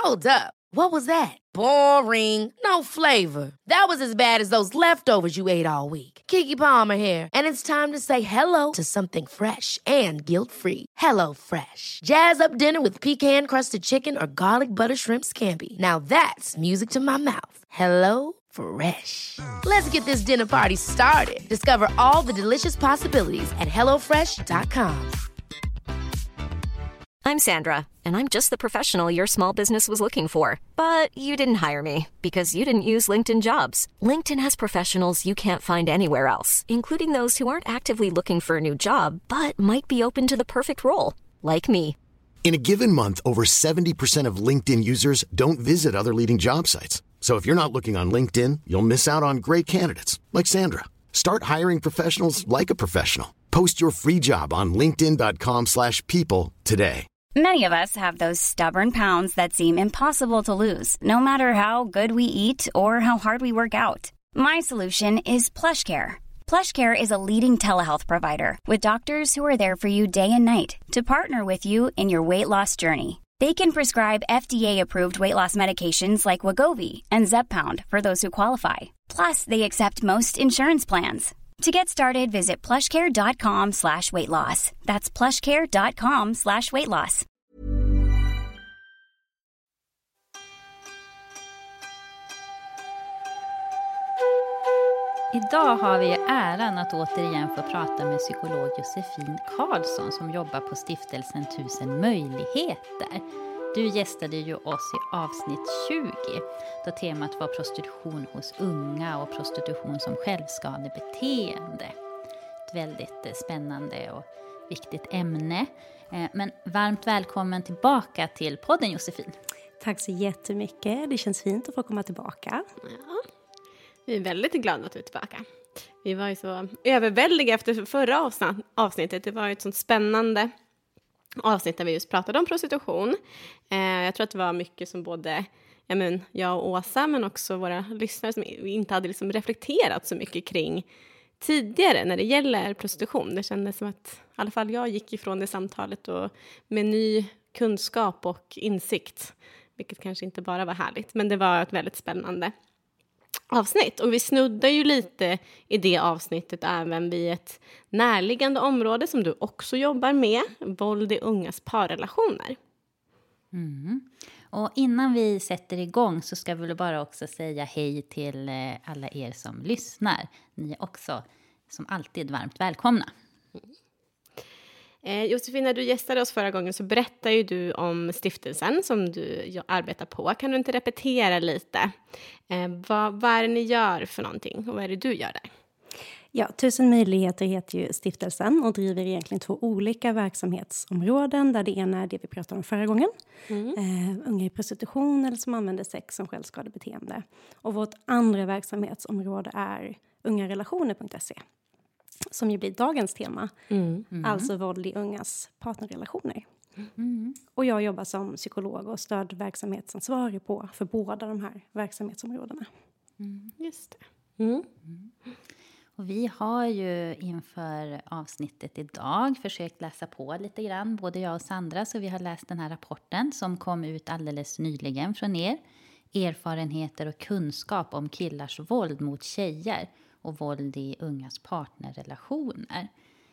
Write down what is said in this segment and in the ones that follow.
Hold up. What was that? Boring. No flavor. That was as bad as those leftovers you ate all week. Keke Palmer here, and it's time to say hello to something fresh and guilt-free. Hello Fresh. Jazz up dinner with pecan-crusted chicken or garlic butter shrimp scampi. Now that's music to my mouth. Hello Fresh. Let's get this dinner party started. Discover all the delicious possibilities at hellofresh.com. I'm Sandra, and I'm just the professional your small business was looking for. But you didn't hire me because you didn't use LinkedIn Jobs. LinkedIn has professionals you can't find anywhere else, including those who aren't actively looking for a new job, but might be open to the perfect role, like me. In a given month, over 70% of LinkedIn users don't visit other leading job sites. So if you're not looking on LinkedIn, you'll miss out on great candidates like Sandra. Start hiring professionals like a professional. Post your free job on linkedin.com/people today. Many of us have those stubborn pounds that seem impossible to lose, no matter how good we eat or how hard we work out. My solution is PlushCare. PlushCare is a leading telehealth provider with doctors who are there for you day and night to partner with you in your weight loss journey. They can prescribe FDA-approved weight loss medications like Wegovy and Zepbound for those who qualify. Plus, they accept most insurance plans. To get started, visit plushcare.com/weightloss. That's plushcare.com/weightloss. Idag har vi äran att återigen få prata med psykolog Josefin Karlsson som jobbar på stiftelsen 1000 möjligheter. Du gästade ju oss i avsnitt 20 då temat var prostitution hos unga och prostitution som självskadebeteende. Ett väldigt spännande och viktigt ämne. Men varmt välkommen tillbaka till podden, Josefin. Tack så jättemycket. Det känns fint att få komma tillbaka. Ja, vi är väldigt glada att du är tillbaka. Vi var ju så överväldiga efter förra avsnittet. Det var ju ett sånt spännande avsnitt där vi just pratade om prostitution. Jag tror att det var mycket som både jag och Åsa, men också våra lyssnare som inte hade liksom reflekterat så mycket kring tidigare när det gäller prostitution. Det kändes som att i alla fall jag gick ifrån det samtalet och med ny kunskap och insikt, vilket kanske inte bara var härligt, men det var ett väldigt spännande avsnitt. Och vi snuddar ju lite i det avsnittet även vid ett närliggande område som du också jobbar med, våld i ungas parrelationer. Och innan vi sätter igång så ska vi väl bara också säga hej till alla er som lyssnar. Ni är också som alltid varmt välkomna. Josefin, när du gästade oss förra gången så berättade ju du om stiftelsen som du arbetar på. Kan du inte repetera lite? Vad är det ni gör för någonting och vad är det du gör där? Ja, 1000 möjligheter heter ju stiftelsen och driver egentligen 2 olika verksamhetsområden. Där det ena är det vi pratade om förra gången. Unga i prostitution eller som använder sex som självskadebeteende. Och vårt andra verksamhetsområde är ungarelationer.se. Som ju blir dagens tema. Alltså våld i ungas partnerrelationer. Och jag jobbar som psykolog och stödverksamhetsansvarig för båda de här verksamhetsområdena. Just det. Och vi har ju inför avsnittet idag försökt läsa på lite grann, både jag och Sandra. Så vi har läst den här rapporten som kom ut alldeles nyligen från er. Erfarenheter och kunskap om killars våld mot tjejer och våld i ungas partnerrelationer.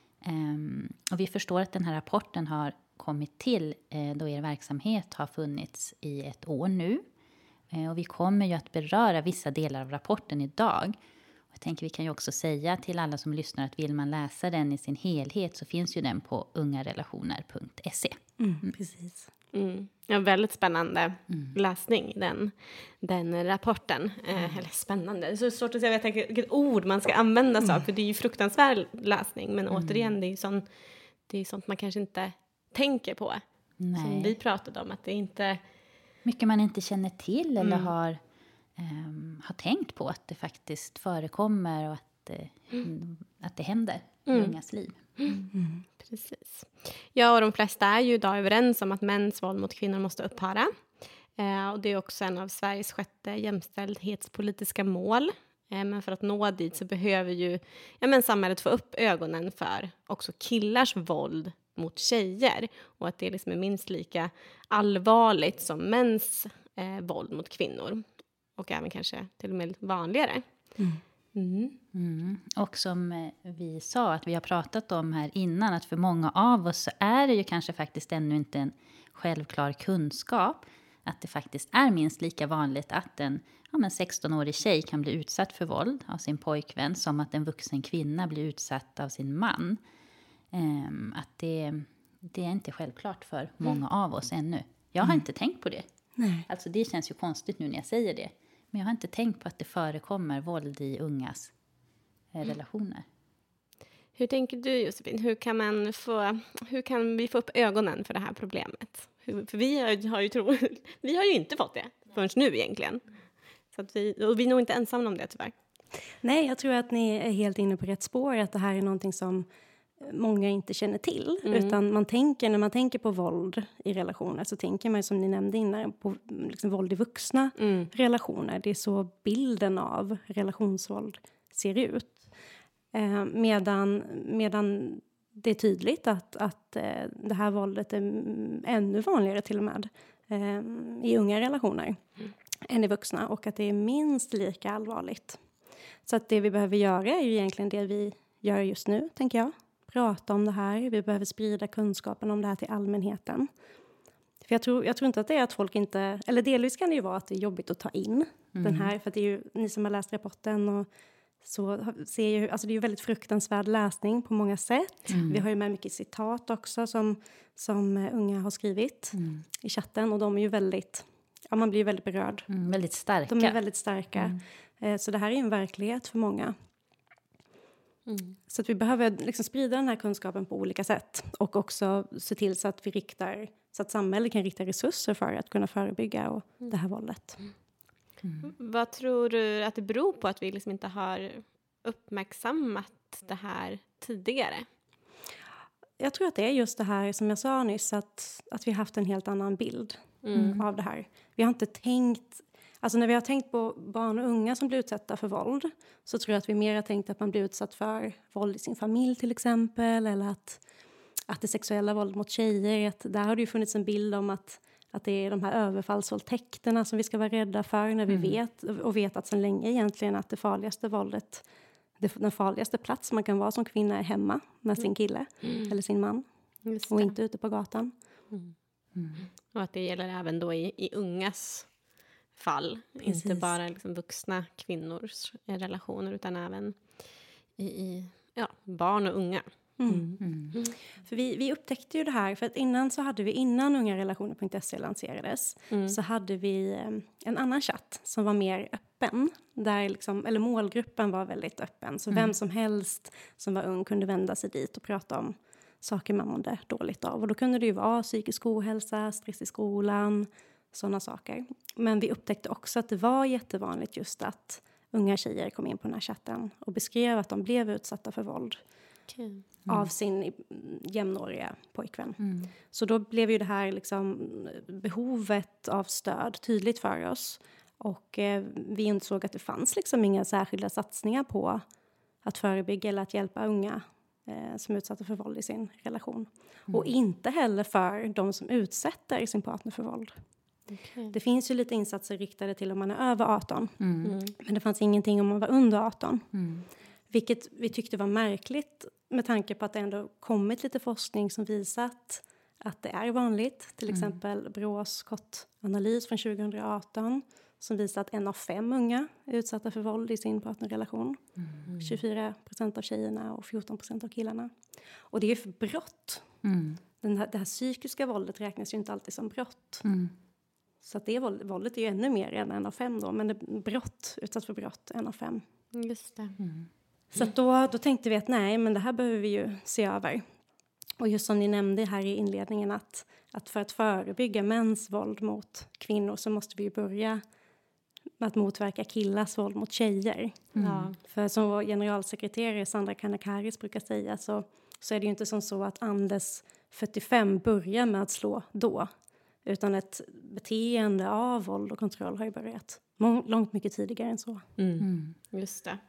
Och vi förstår att den här rapporten har kommit till då er verksamhet har funnits i 1 år nu. Och vi kommer ju att beröra vissa delar av rapporten idag. Jag tänker vi kan ju också säga till alla som lyssnar att vill man läsa den i sin helhet så finns ju den på ungarelationer.se. Precis. Ja, väldigt spännande läsning, den rapporten. Eller spännande, det är så svårt att säga vilket ord man ska använda sig av, för det är ju fruktansvärd läsning, men återigen, det är sånt man kanske inte tänker på. Nej. Som vi pratade om, att det inte... Mycket man inte känner till eller har tänkt på att det faktiskt förekommer och att det händer i ungas liv. Precis. Ja, och de flesta är ju idag överens om att mäns våld mot kvinnor måste upphöra. Och det är också en av Sveriges 6:e jämställdhetspolitiska mål. Men för att nå dit så behöver ju samhället få upp ögonen för också killars våld mot tjejer. Och att det liksom är minst lika allvarligt som mäns våld mot kvinnor. Och även kanske till och med vanligare. Och som vi sa, att vi har pratat om här innan, att för många av oss så är det ju kanske faktiskt ännu inte en självklar kunskap att det faktiskt är minst lika vanligt att en 16-årig tjej kan bli utsatt för våld av sin pojkvän som att en vuxen kvinna blir utsatt av sin man. Att det är inte självklart för många av oss ännu. Jag har inte tänkt på det. Nej. Alltså det känns ju konstigt nu när jag säger det. Men jag har inte tänkt på att det förekommer våld i ungas relationer. Hur tänker du, Josefin? Hur kan vi få upp ögonen för det här problemet? För vi har ju inte fått det förrän nu egentligen. Så att vi är nog inte ensamma om det tyvärr. Nej, jag tror att ni är helt inne på rätt spår. Att det här är någonting som många inte känner till. Utan när man tänker på våld i relationer så tänker man, som ni nämnde innan, på liksom våld i vuxna relationer. Det är så bilden av relationsvåld ser ut. Medan det är tydligt att det här våldet är ännu vanligare till och med i unga relationer än i vuxna. Och att det är minst lika allvarligt. Så att det vi behöver göra är ju egentligen det vi gör just nu, tänker jag. Prata om det här. Vi behöver sprida kunskapen om det här till allmänheten. För jag tror inte att det är att folk inte... Eller delvis kan det ju vara att det är jobbigt att ta in den här. För det är ju ni som har läst rapporten och så ser ju... Alltså det är ju väldigt fruktansvärd läsning på många sätt. Vi har ju med mycket citat också som unga har skrivit i chatten. Och de är ju väldigt... Ja, man blir ju väldigt berörd. Väldigt starka. De är väldigt starka. Så det här är ju en verklighet för många. Så att vi behöver liksom sprida den här kunskapen på olika sätt. Och också se till så att så att samhället kan rikta resurser för att kunna förebygga det här våldet. Vad tror du att det beror på att vi liksom inte har uppmärksammat det här tidigare? Jag tror att det är just det här som jag sa nyss. Att vi har haft en helt annan bild av det här. Vi har inte tänkt... Alltså när vi har tänkt på barn och unga som blir utsatta för våld så tror jag att vi mer har tänkt att man blir utsatt för våld i sin familj till exempel. Eller att det sexuella våld mot tjejer, att där har det ju funnits en bild om att det är de här överfallsvåldtäkterna som vi ska vara rädda för när vi vet att så länge egentligen att det farligaste våldet, den farligaste plats man kan vara som kvinna är hemma med sin kille eller sin man och inte ute på gatan. Och att det gäller även då i ungas fall. Precis. Inte bara liksom vuxna kvinnors relationer utan även i barn och unga. För vi upptäckte ju det här, för att innan ungarelationer.se lanserades så hade vi en annan chatt som var mer öppen. Där eller målgruppen var väldigt öppen. Så vem som helst som var ung kunde vända sig dit och prata om saker man mådde dåligt av. Och då kunde det ju vara psykisk ohälsa, stress i skolan, sådana saker. Men vi upptäckte också att det var jättevanligt just att unga tjejer kom in på den här chatten och beskrev att de blev utsatta för våld av sin jämnåriga pojkvän. Så då blev ju det här behovet av stöd tydligt för oss. Och vi insåg att det fanns inga särskilda satsningar på att förebygga eller att hjälpa unga som är utsatta för våld i sin relation. Och inte heller för de som utsätter sin partner för våld. Okay. Det finns ju lite insatser riktade till om man är över 18. Men det fanns ingenting om man var under 18. Vilket vi tyckte var märkligt med tanke på att det ändå kommit lite forskning som visat att det är vanligt. Till exempel Brås KOT-analys från 2018 som visar att 1 av 5 unga är utsatta för våld i sin partnerrelation. 24% av tjejerna och 14% av killarna. Och det är för brott. Det här psykiska våldet räknas ju inte alltid som brott. Så att det våldet är ju ännu mer än 1 av 5 då. Men det brott, utsatt för brott, 1 av 5. Just det. Så att då tänkte vi att nej, men det här behöver vi ju se över. Och just som ni nämnde här i inledningen att för att förebygga mäns våld mot kvinnor så måste vi ju börja med att motverka killars våld mot tjejer. För som vår generalsekreterare Sandra Kanakaris brukar säga så är det ju inte som så att Anders 45 börjar med att slå då. Utan ett beteende av våld och kontroll har ju börjat långt mycket tidigare än så. Just det.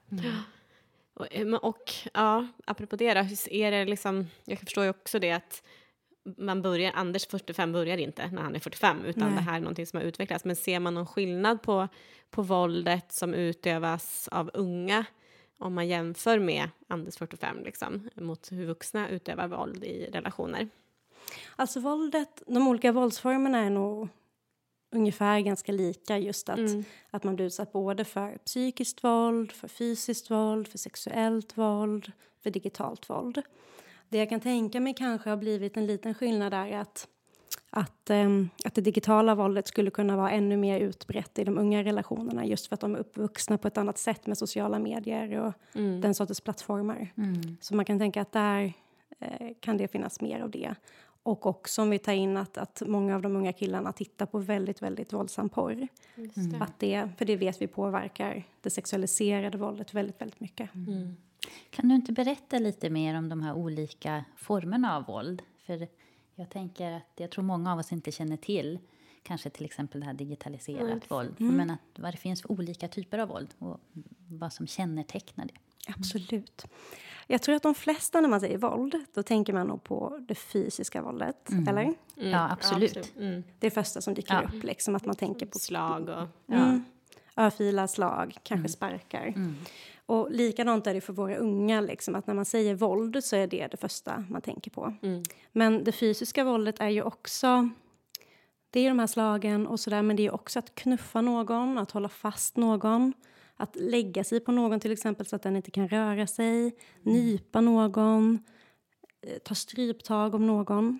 Och apropå det då, är det jag förstår ju också det att Anders 45 börjar inte när han är 45, utan det här är någonting som har utvecklats. Men ser man någon skillnad på våldet som utövas av unga, om man jämför med Anders 45 liksom, mot hur vuxna utövar våld i relationer? Alltså de olika våldsformerna är nog ungefär ganska lika, just att man blir utsatt både för psykiskt våld, för fysiskt våld, för sexuellt våld, för digitalt våld. Det jag kan tänka mig kanske har blivit en liten skillnad är att det digitala våldet skulle kunna vara ännu mer utbrett i de unga relationerna, just för att de är uppvuxna på ett annat sätt med sociala medier och den sortens plattformar. Så man kan tänka att där kan det finnas mer av det. Och också om vi tar in att många av de unga killarna tittar på väldigt, väldigt våldsam porr. För det vet vi påverkar det sexualiserade våldet väldigt, väldigt mycket. Kan du inte berätta lite mer om de här olika formerna av våld? För jag tänker att jag tror många av oss inte känner till kanske till exempel det här digitaliserat våld. Men att vad det finns för olika typer av våld och vad som kännetecknar det. Absolut. Jag tror att de flesta när man säger våld, då tänker man nog på det fysiska våldet, eller? Ja, absolut. Det är första som dyker upp, liksom, att man tänker på slag och örfilar, slag, kanske sparkar. Och likadant är det för våra unga, liksom, att när man säger våld så är det första man tänker på. Men det fysiska våldet är ju också, det är de här slagen och sådär, men det är också att knuffa någon, att hålla fast någon. Att lägga sig på någon till exempel så att den inte kan röra sig. Nypa någon. Ta stryptag om någon.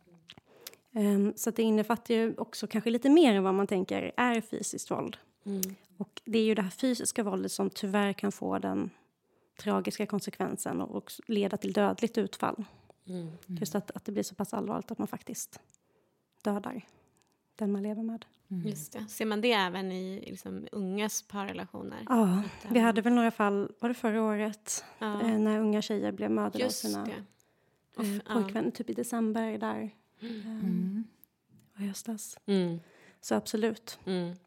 Så att det innefattar ju också kanske lite mer än vad man tänker är fysiskt våld. Och det är ju det här fysiska våldet som tyvärr kan få den tragiska konsekvensen och leda till dödligt utfall. Just att det blir så pass allvarligt att man faktiskt dödar den man lever med. Just det. Ser man det även i liksom, ungas parrelationer? Ja, vi hade väl några fall, var det förra året, när unga tjejer blev mördade av sina pojkvänner, typ i december där. Och höstas. Så absolut.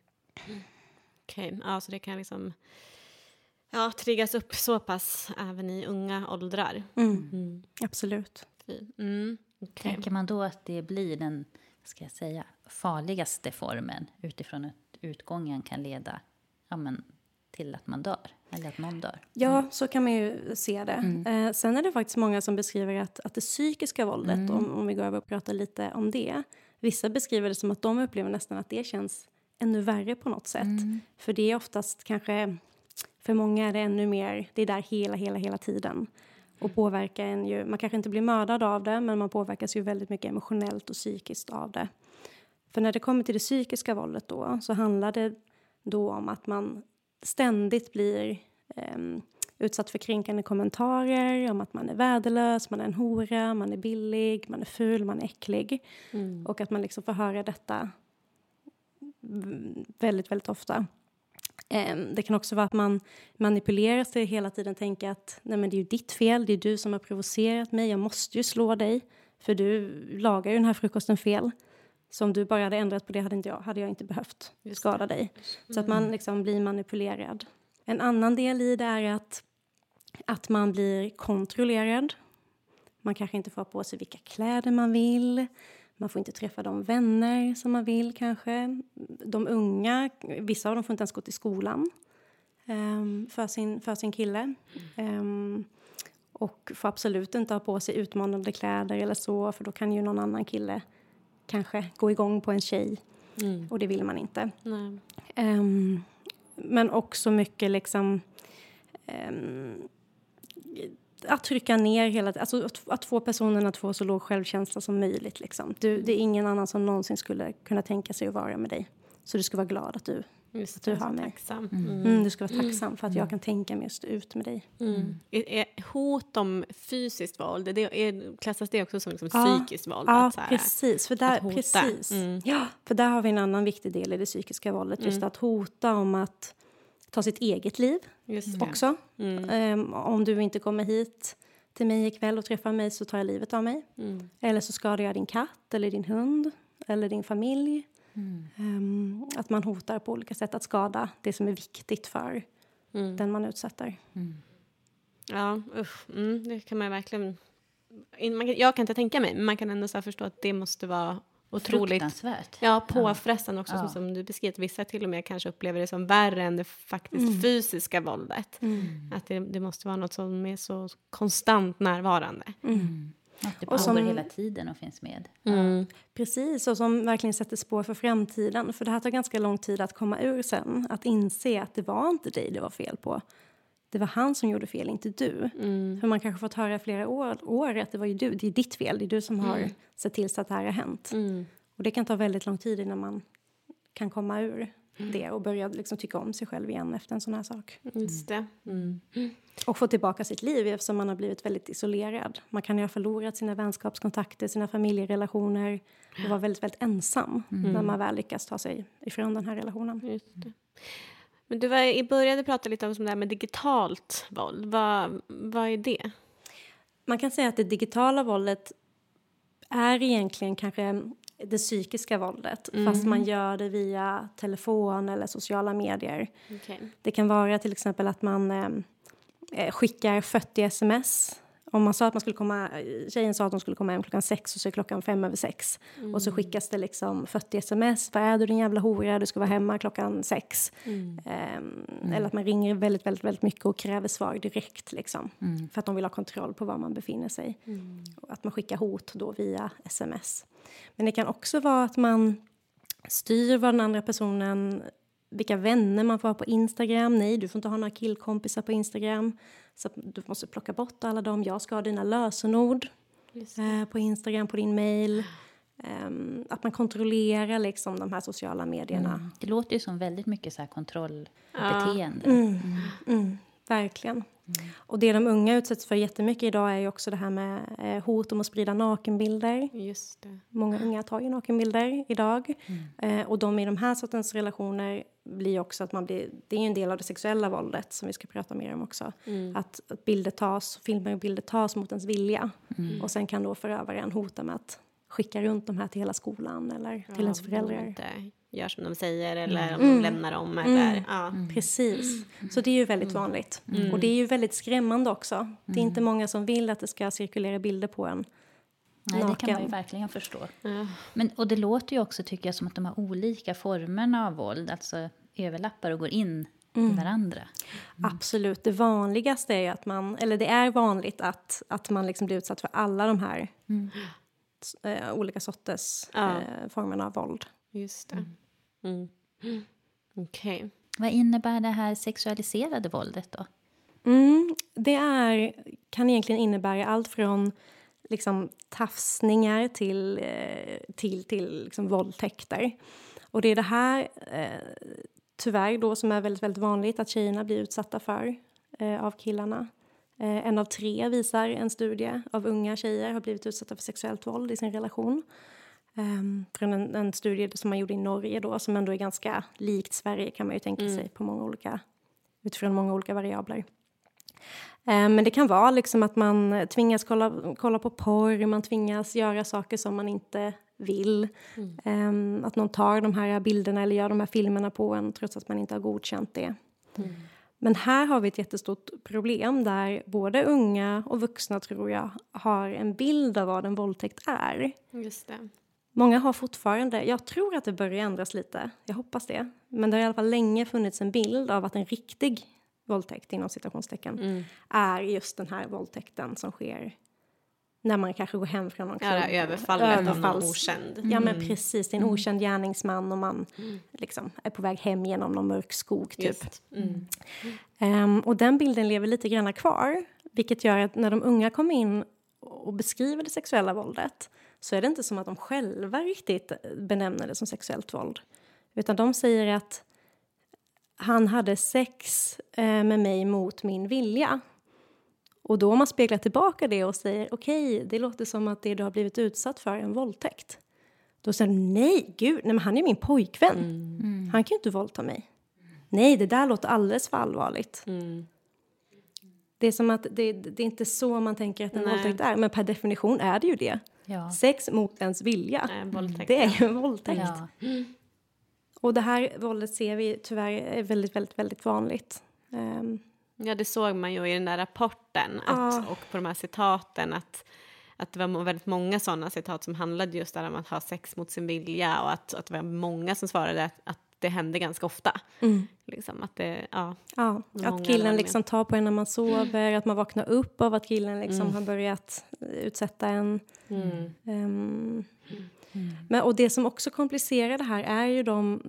Okej, så det kan liksom triggas upp så pass även i unga åldrar. Absolut. Tänker man då att det blir den, ska jag säga, farligaste formen utifrån att utgången kan leda till att man dör eller att någon dör? Ja, så kan man ju se det. Sen är det faktiskt många som beskriver att det psykiska våldet, om vi går över och pratar lite om det, vissa beskriver det som att de upplever nästan att det känns ännu värre på något sätt. För det är oftast kanske, för många är det ännu mer, det är där hela tiden. Och påverkar en ju, man kanske inte blir mördad av det, men man påverkas ju väldigt mycket emotionellt och psykiskt av det. För när det kommer till det psykiska våldet då, så handlar det då om att man ständigt blir utsatt för kränkande kommentarer, om att man är värdelös, man är en hora, man är billig, man är ful, man är äcklig. Och att man liksom får höra detta väldigt, väldigt ofta. Det kan också vara att man manipulerar sig hela tiden, tänker att nej, men det är ju ditt fel, det är du som har provocerat mig, jag måste ju slå dig för du lagar ju den här frukosten fel. Så om du bara hade ändrat på det hade jag inte behövt skada dig. Så att man liksom blir manipulerad. En annan del i det är att man blir kontrollerad. Man kanske inte får på sig vilka kläder man vill. Man får inte träffa de vänner som man vill kanske. De unga, vissa av dem får inte ens gå till skolan för sin kille. Och får absolut inte ha på sig utmanande kläder eller så. För då kan ju någon annan kille kanske gå igång på en tjej. Och det vill man inte. Nej. Men också mycket liksom att trycka ner hela tiden. Alltså att få personerna att få så låg självkänsla som möjligt. Liksom. Det är ingen annan som någonsin skulle kunna tänka sig att vara med dig. Så du ska vara glad att du har mig. Tacksam. Du ska vara tacksam för att jag kan tänka mig att stå ut med dig. Är hot om fysiskt våld, klassas det också som liksom psykiskt våld? Ja, att så här, precis. För där har vi en annan viktig del i det psykiska våldet. Just att hota om att ta sitt eget liv också. Om du inte kommer hit till mig ikväll och träffar mig så tar jag livet av mig. Eller så skadar jag din katt eller din hund eller din familj. Att man hotar på olika sätt att skada det som är viktigt för den man utsätter. Ja, usch. Det kan man verkligen jag kan inte tänka mig, men man kan ändå så här förstå att det måste vara otroligt fruktansvärt. Ja, påfrestande också, som du beskrev. Vissa till och med kanske upplever det som värre än det faktiskt fysiska våldet. Att det måste vara något som är så konstant närvarande. Att det pågår hela tiden och finns med. Precis, och som verkligen sätter spår för framtiden. För det här tar ganska lång tid att komma ur sen. Att inse att det var inte dig det var fel på. Det var han som gjorde fel, inte du. För man kanske fått höra i flera år att det var ju du. Det är ditt fel, det är du som har sett till så att det här har hänt. Och det kan ta väldigt lång tid innan man kan komma ur det. Och börja liksom tycka om sig själv igen efter en sån här sak. Just det. Och få tillbaka sitt liv eftersom man har blivit väldigt isolerad. Man kan ju ha förlorat sina vänskapskontakter, sina familjerelationer. Och vara väldigt, väldigt ensam när man väl lyckas ta sig ifrån den här relationen. Just det. Men du började prata lite om det här med digitalt våld. Vad är det? Man kan säga att det digitala våldet är egentligen kanske det psykiska våldet. Fast man gör det via telefon eller sociala medier. Okay. Det kan vara till exempel att man skickar 40 sms. Om man sa att man skulle komma, tjejen sa att de skulle komma hem klockan 6 och så är klockan 5:05. Och så skickas det liksom 40 sms. Vad är du din jävla hora? Du ska vara hemma klockan 6. Eller att man ringer väldigt, väldigt, väldigt mycket och kräver svar direkt. Liksom, för att de vill ha kontroll på var man befinner sig. Och att man skickar hot då via sms. Men det kan också vara att man styr vad den andra personen, vilka vänner man får ha på Instagram. Nej, du får inte ha några killkompisar på Instagram. Så du måste plocka bort alla dem. Jag ska ha dina lösenord på Instagram, på din mail. Att man kontrollerar liksom de här sociala medierna. Det låter ju som väldigt mycket så här kontrollbeteende. Verkligen. Och det de unga utsätts för jättemycket idag är ju också det här med hot om att sprida nakenbilder. Just det. Många unga tar ju nakenbilder idag. Och de i de här sortens relationer blir också att det är ju en del av det sexuella våldet som vi ska prata mer om också. Att bilder tas, filmer och bilder tas mot ens vilja. Och sen kan då förövaren hota med att skicka runt de här till hela skolan eller till ens föräldrar. Gör som de säger eller om de lämnar dem. Eller, Precis. Så det är ju väldigt vanligt. Och det är ju väldigt skrämmande också. Det är inte många som vill att det ska cirkulera bilder på en. Nej, det kan man ju verkligen förstå. Men, och det låter ju också, tycker jag, som att de här olika formerna av våld alltså överlappar och går in i varandra. Absolut. Det vanligaste är att det är vanligt att man liksom blir utsatt för alla de här olika sorters formerna av våld. Just det. Okej. Vad innebär det här sexualiserade våldet då? Det kan egentligen innebära allt från liksom tafsningar till liksom våldtäkter. Och det är det här tyvärr då som är väldigt, väldigt vanligt att tjejerna blir utsatta för av killarna. 1 av 3 visar en studie av unga tjejer har blivit utsatta för sexuellt våld i sin relation. Från en studie som man gjorde i Norge då, som ändå är ganska likt Sverige kan man ju tänka sig utifrån många olika variabler. Men det kan vara liksom att man tvingas kolla på porr, man tvingas göra saker som man inte vill. Att någon tar de här bilderna eller gör de här filmerna på en trots att man inte har godkänt det. Men här har vi ett jättestort problem där både unga och vuxna, tror jag, har en bild av vad en våldtäkt är. Just det. Många har fortfarande, jag tror att det börjar ändras lite, jag hoppas det. Men det har i alla fall länge funnits en bild av att en riktig våldtäkt inom citationstecken är just den här våldtäkten som sker när man kanske går hem från någon klubb. Ja, överfallet av någon okänd. Ja, men precis. Det är en okänd gärningsman och man liksom är på väg hem genom någon mörk skog typ. Och den bilden lever lite grann kvar. Vilket gör att när de unga kommer in och beskriver det sexuella våldet så är det inte som att de själva riktigt benämner det som sexuellt våld. Utan de säger att han hade sex med mig mot min vilja. Och då om man speglar tillbaka det och säger okej, det låter som att det du har blivit utsatt för är en våldtäkt. Då säger nej men han är min pojkvän. Han kan ju inte våldta mig. Nej, det där låter alldeles för allvarligt. Det är som att det är inte så man tänker att en våldtäkt är. Men per definition är det ju det. Ja. Sex mot ens vilja. Det är ju en våldtäkt. Ja. Och det här våldet ser vi tyvärr är väldigt, väldigt, väldigt vanligt. Ja, det såg man ju i den där rapporten och på de här citaten att det var väldigt många sådana citat som handlade just om att ha sex mot sin vilja, och att det var många som svarade att det hände ganska ofta. Liksom att det, att killen liksom tar på en när man sover, att man vaknar upp av att killen liksom har börjat utsätta en. Men, och det som också komplicerar det här är ju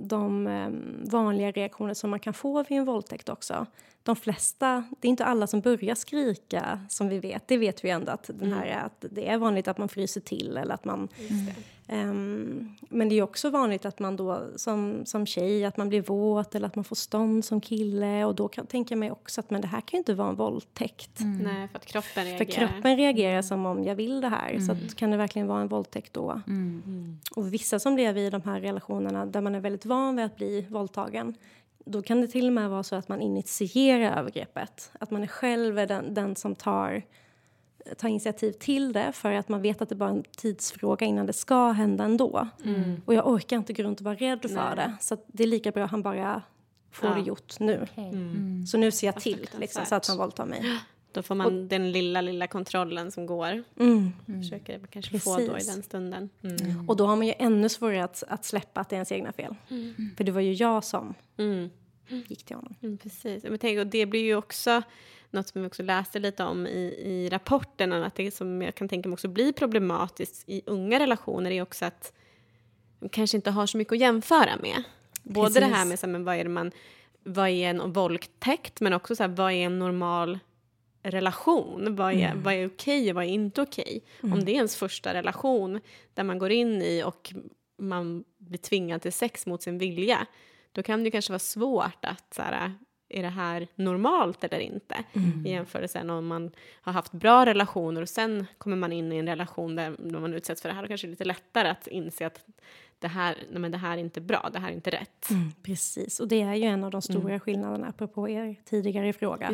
de vanliga reaktioner som man kan få vid en våldtäkt också. De flesta, det är inte alla som börjar skrika som vi vet. Det vet vi ändå att, att det är vanligt att man fryser till. Eller att man, men det är också vanligt att man då som tjej, att man blir våt eller att man får stånd som kille. Och då tänker jag mig också att men det här kan ju inte vara en våldtäkt. Nej, för att kroppen reagerar. För kroppen reagerar som om jag vill det här. Så att, kan det verkligen vara en våldtäkt då? Och vissa som lever i de här relationerna där man är väldigt van vid att bli våldtagen, då kan det till och med vara så att man initierar övergreppet. Att man är själv den som tar initiativ till det, för att man vet att det bara är en tidsfråga innan det ska hända ändå. Och jag orkar inte gå runt och vara rädd för det. Så att det är lika bra att han bara får det gjort nu. Så nu ser jag till liksom, så att han våldtar mig. Då får man den lilla kontrollen som går. Försöker kanske få då i den stunden. Och då har man ju ännu svårare att släppa att det är ens egna fel. För det var ju jag som gick till honom. Precis. Men tänk, och det blir ju också något som vi också läste lite om i rapporten. Att det som jag kan tänka mig också blir problematiskt i unga relationer är också att de kanske inte har så mycket att jämföra med. Både det här med så här, men vad är en våldtäkt, men också så här, vad är en normal relation, vad är okej och vad är inte okej. Om det är ens första relation där man går in i och man blir tvingad till sex mot sin vilja, då kan det kanske vara svårt att så här, är det här normalt eller inte, i jämförelse med om man har haft bra relationer och sen kommer man in i en relation där man utsätts för det här, och kanske är lite lättare att inse att det här är inte bra, det här är inte rätt. Precis, och det är ju en av de stora skillnaderna apropå er tidigare fråga.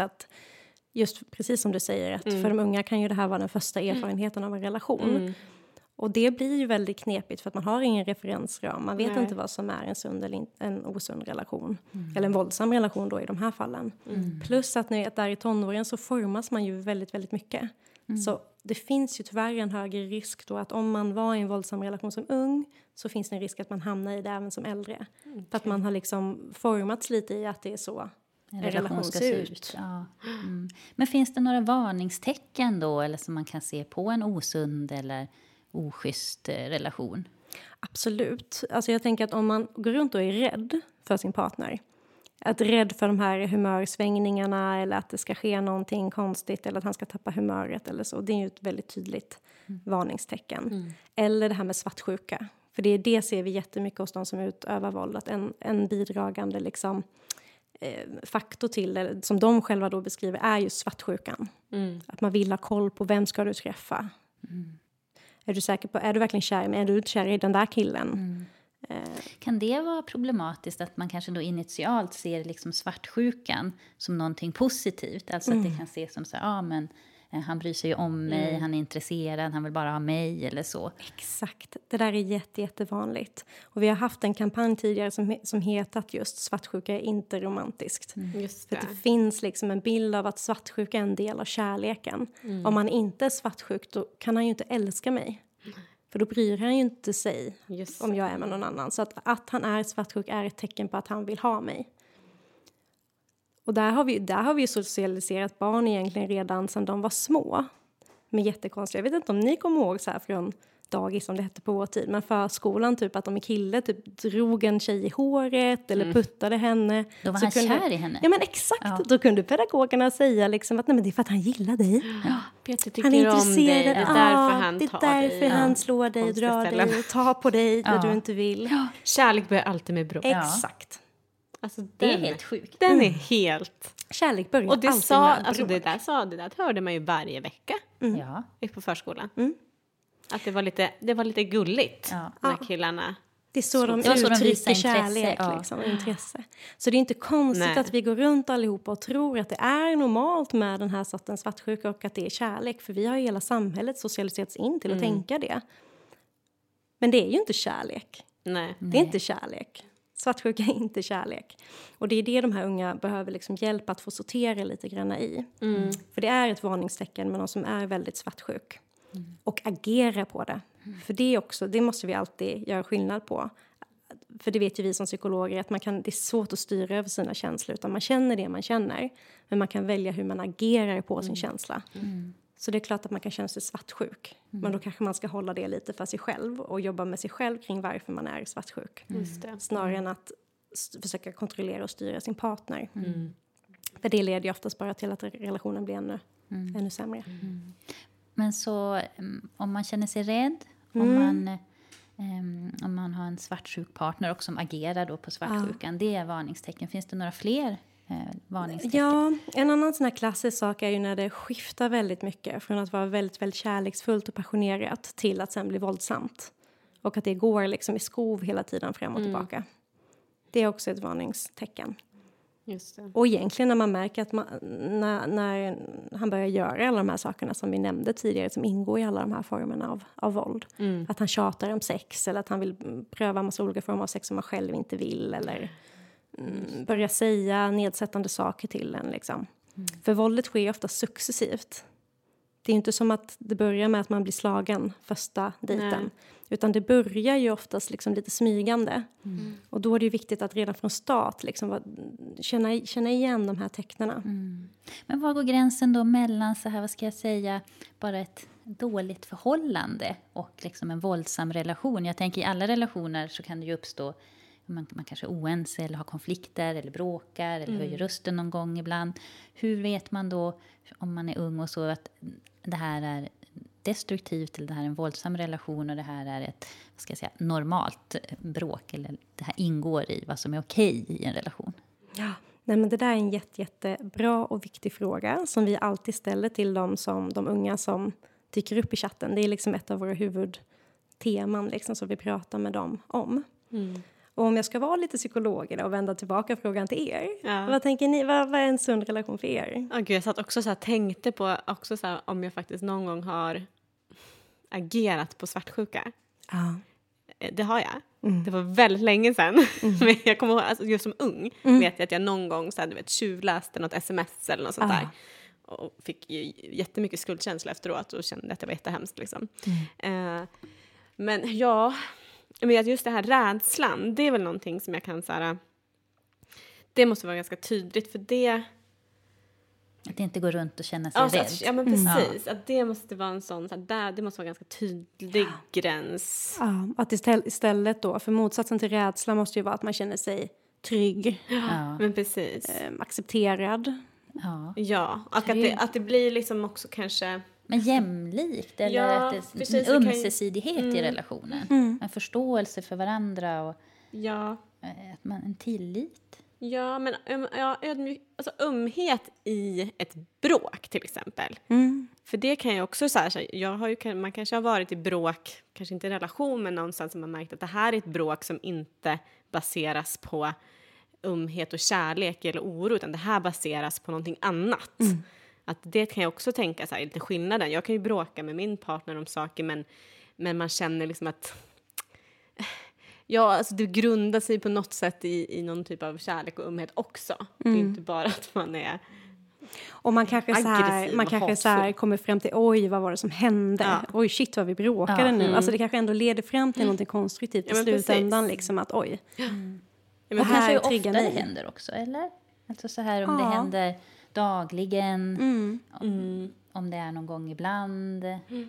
Just precis som du säger, att för de unga kan ju det här vara den första erfarenheten av en relation. Och det blir ju väldigt knepigt för att man har ingen referensram. Man vet inte vad som är en sund eller en osund relation. Eller en våldsam relation då i de här fallen. Plus att där i tonåren så formas man ju väldigt, väldigt mycket. Så det finns ju tyvärr en högre risk då att om man var i en våldsam relation som ung, så finns det en risk att man hamnar i det även som äldre. För att man har liksom formats lite i att det är så en relation ska se ut. Ja. Men finns det några varningstecken då, eller som man kan se på en osund eller oschysst relation? Absolut. Alltså jag tänker att om man går runt och är rädd för sin partner, att rädd för de här humörsvängningarna eller att det ska ske någonting konstigt eller att han ska tappa humöret eller så, det är ju ett väldigt tydligt varningstecken. Eller det här med svartsjuka. För det ser vi jättemycket hos de som utövar våld, att en bidragande liksom faktor till det, som de själva då beskriver, är ju svartsjukan. Att man vill ha koll på vem ska du träffa. Är du säker på, är du verkligen kär, men är du kär i den där killen? Kan det vara problematiskt att man kanske då initialt ser liksom svartsjukan som någonting positivt? Alltså att det kan ses som så här, men han bryr sig ju om mig, han är intresserad, han vill bara ha mig eller så. Exakt, det där är jättevanligt. Och vi har haft en kampanj tidigare som hetat just svartsjuka är inte romantiskt. Just det. För det finns liksom en bild av att svartsjuka är en del av kärleken. Om man inte är svartsjuk, då kan han ju inte älska mig. För då bryr han ju inte sig om jag är med någon annan. Så att han är svartsjuk är ett tecken på att han vill ha mig. Och där har vi socialiserat barn egentligen redan sedan de var små. Med jättekonstiga. Jag vet inte om ni kommer ihåg så här från dagis som det hette på vår tid. Men förskolan typ att om en kille typ drog en tjej i håret eller puttade henne. Då var han kär i henne. Ja men exakt. Ja. Då kunde pedagogerna säga liksom att nej, men det är för att han gillar dig. Ja. Peter tycker han är intresserad om dig. Det är därför han tar dig. Det är därför han slår dig, drar dig och tar på dig där du inte vill. Ja. Kärlek börjar alltid med bråk. Exakt. Alltså, det är helt sjukt. Den är helt... Kärlek börjar och det alltid sa, med alltså bråk. det där hörde man ju varje vecka på förskolan. Att det var lite gulligt när killarna... Det är så de uttrycker kärlek liksom, och intresse. Så det är inte konstigt att vi går runt allihopa och tror att det är normalt med den här sortens svartsjuka och att det är kärlek. För vi har ju hela samhället socialiserats in till att tänka det. Men det är ju inte kärlek. Nej. Det är inte kärlek. Svartsjuka är inte kärlek. Och det är det de här unga behöver liksom hjälp att få sortera lite grann i. För det är ett varningstecken med någon som är väldigt svartsjuk. och agera på det. För det måste vi alltid göra skillnad på. För det vet ju vi som psykologer att det är svårt att styra över sina känslor. Utan man känner det man känner. Men man kan välja hur man agerar på sin känsla. Så det är klart att man kan känna sig svartsjuk. Men då kanske man ska hålla det lite för sig själv. Och jobba med sig själv kring varför man är svartsjuk. Snarare än att försöka kontrollera och styra sin partner. För det leder ju oftast bara till att relationen blir ännu sämre. Men så om man känner sig rädd, om man har en svartsjuk partner och som agerar då på svartsjukan, det är varningstecken. Finns det några fler varningstecken? Ja, en annan sån här klassisk sak är ju när det skiftar väldigt mycket från att vara väldigt, väldigt kärleksfullt och passionerat till att sen bli våldsamt. Och att det går liksom i skov hela tiden fram och tillbaka. Det är också ett varningstecken. Just det. Och egentligen när man märker att när han börjar göra alla de här sakerna som vi nämnde tidigare, som ingår i alla de här formerna av våld. Att han tjatar om sex eller att han vill pröva en massa olika former av sex som man själv inte vill. Eller börja säga nedsättande saker till en. Liksom. För våldet sker ofta successivt. Det är inte som att det börjar med att man blir slagen första dejten. Nej. Utan det börjar ju oftast liksom lite smygande. Och då är det ju viktigt att redan från start liksom känna igen de här tecknarna. Men var går gränsen då mellan så här, vad ska jag säga, bara ett dåligt förhållande och liksom en våldsam relation? Jag tänker i alla relationer så kan det ju uppstå, man kanske är oense eller har konflikter eller bråkar eller höjer rösten någon gång ibland. Hur vet man då om man är ung och så att det här är destruktivt eller det här är en våldsam relation och det här är ett, vad ska jag säga, normalt bråk eller det här ingår i vad som är okej i en relation? Ja, nej, men det där är en jättebra och viktig fråga som vi alltid ställer till de unga som dyker upp i chatten. Det är liksom ett av våra huvudteman liksom, som vi pratar med dem om. Och om jag ska vara lite psykolog och vända tillbaka frågan till er. Ja. Vad tänker ni? Vad är en sund relation för er? Gud, jag satt också så här, tänkte på också så här, om jag faktiskt någon gång har agerat på svartsjuka. Ja. Det har jag. Det var väldigt länge sedan. Men jag kommer ihåg, alltså, just som ung vet jag att jag någon gång så här, du vet, tjuvläste något sms eller något sånt där. Och fick ju jättemycket skuldkänsla efteråt och kände att det var jättehemskt. Liksom. Men ja... Men just det här rädslan, det är väl någonting som jag kan så här, det måste vara ganska tydligt för det. Att inte gå runt och känna sig rädd. Ja, men precis. Att det måste vara en sån, så här, det måste vara en ganska tydlig gräns. Ja, att istället då, för motsatsen till rädsla måste ju vara att man känner sig trygg. Ja, men precis. Accepterad. Ja, och att det blir liksom också kanske... Men jämlikt, eller en ömsesidighet i relationen. En förståelse för varandra och att en tillit. Ja, men alltså ömhet i ett bråk till exempel. För det kan jag också säga, man kanske har varit i bråk, kanske inte i relation, men någonstans som man märkt att det här är ett bråk som inte baseras på ömhet och kärlek eller oro, utan det här baseras på någonting annat. Att det kan jag också tänka så här, lite skillnaden. Jag kan ju bråka med min partner om saker, men man känner liksom att alltså det grundar sig på något sätt i någon typ av kärlek och ömhet också. Det är inte bara att man är och man kanske så här kommer fram till oj, vad var det som hände? Ja. Oj, shit vad vi bråkade nu. Alltså det kanske ändå leder fram till något konstruktivt i slutändan liksom att oj. Men det kanske ju ofta det händer också, eller? Alltså så här om det händer dagligen, om det är någon gång ibland.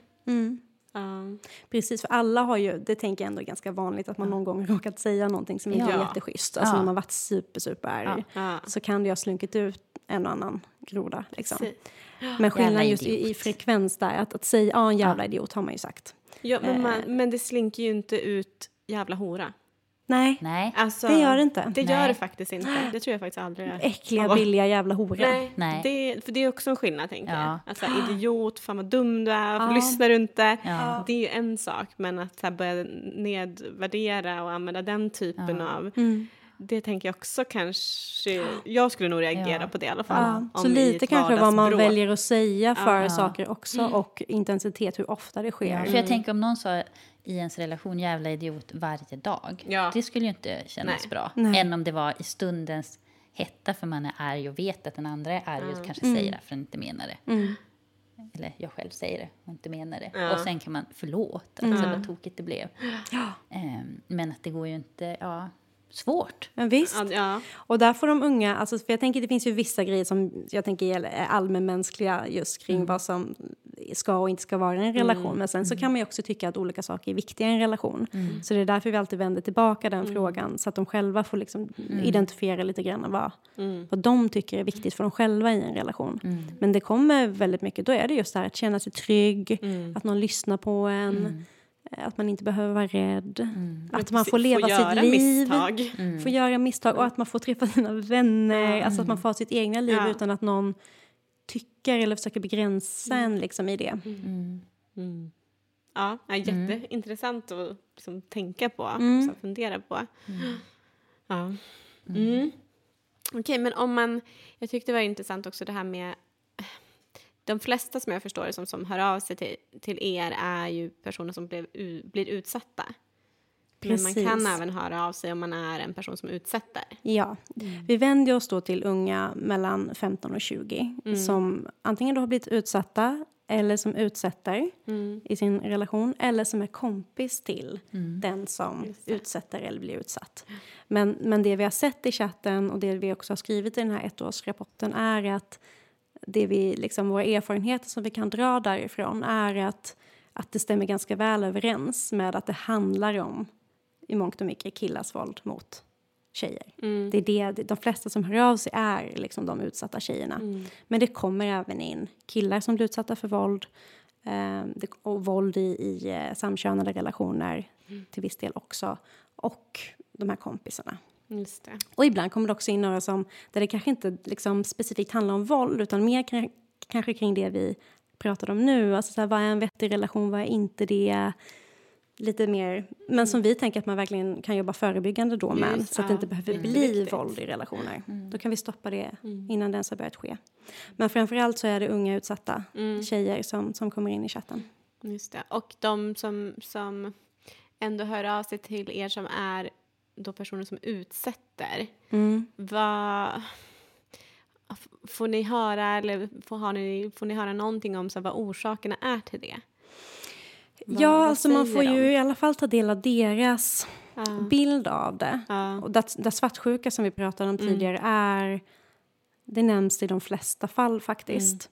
Precis, för alla har ju, det tänker jag ändå är ganska vanligt att man någon gång råkat säga någonting som inte är jätteschysst. Alltså när man varit super arg så kan det ju ha slunkit ut en och annan groda. Liksom. Men skillnaden just i frekvens där, att säga en jävla idiot har man ju sagt. Ja, men det slinker ju inte ut jävla hora. Nej. Alltså, det gör det inte. Det gör det faktiskt inte. Det tror jag faktiskt aldrig. Äckliga, billiga jävla hora. Nej. För det är också en skillnad, tänker jag. Alltså, idiot, fan vad dum du är, lyssnar du inte? Ja. Det är ju en sak, men att så här, börja nedvärdera och använda den typen av... Det tänker jag också kanske... Jag skulle nog reagera på det i alla fall. Så lite kanske vad man väljer att säga för saker också och intensitet, hur ofta det sker. För jag tänker om någon sa i ens relation jävla idiot varje dag. Det skulle ju inte kännas bra. Än om det var i stundens hetta för man är arg och vet att den andra är arg och kanske säger det för att inte menar det. eller jag själv säger det och inte menar det. Och sen kan man förlåt, alltså vad tokigt det blev. Men att det går ju inte, svårt. Men visst. Ja. Och där får de unga, alltså, för jag tänker det finns ju vissa grejer som jag tänker är allmänmänskliga just kring vad som ska och inte ska vara i en relation. Men sen så kan man ju också tycka att olika saker är viktiga i en relation. Så det är därför vi alltid vänder tillbaka den frågan, så att de själva får liksom identifiera lite grann vad de tycker är viktigt för dem själva i en relation. Men det kommer väldigt mycket, då är det just det här att känna sig trygg, att någon lyssnar på en. Att man inte behöver vara rädd. Att man får leva sitt liv. Får göra misstag. Och att man får träffa sina vänner. Alltså att man får sitt egna liv utan att någon tycker eller försöker begränsa en liksom i det. Ja, jätteintressant att liksom tänka på. Så fundera på. Ja. Okej, men om man... Jag tyckte det var intressant också det här med... De flesta som jag förstår som hör av sig till er är ju personer som blir utsatta. Precis. Men man kan även höra av sig om man är en person som utsätter. Ja, vi vänder oss då till unga mellan 15 och 20 som antingen då har blivit utsatta eller som utsätter i sin relation, eller som är kompis till den som utsätter eller blir utsatt. Men det vi har sett i chatten och det vi också har skrivit i den här ettårsrapporten är att det vi liksom, våra erfarenheter som vi kan dra därifrån är att det stämmer ganska väl överens med att det handlar om i mångt och mycket killars våld mot tjejer. Det är de flesta som hör av sig är liksom de utsatta tjejerna. Men det kommer även in killar som blir utsatta för våld och våld i samkönade relationer till viss del också, och de här kompisarna. Just det. Och ibland kommer det också in några där det kanske inte liksom specifikt handlar om våld, utan mer kanske kring det vi pratade om nu. Alltså så här, vad är en vettig relation, vad är inte det? Lite mer, men som vi tänker att man verkligen kan jobba förebyggande då med, så att det inte behöver bli våld i relationer. Då kan vi stoppa det innan det ens har börjat ske. Men framförallt så är det unga utsatta tjejer som kommer in i chatten. Just det. Och de som ändå hör av sig till er som är då personer som utsätter. Får ni höra eller får ni höra någonting om så vad orsakerna är till det? Ja, alltså man får ju i alla fall ta del av deras bild av det. Och där svartsjuka som vi pratade om tidigare det nämns i de flesta fall faktiskt.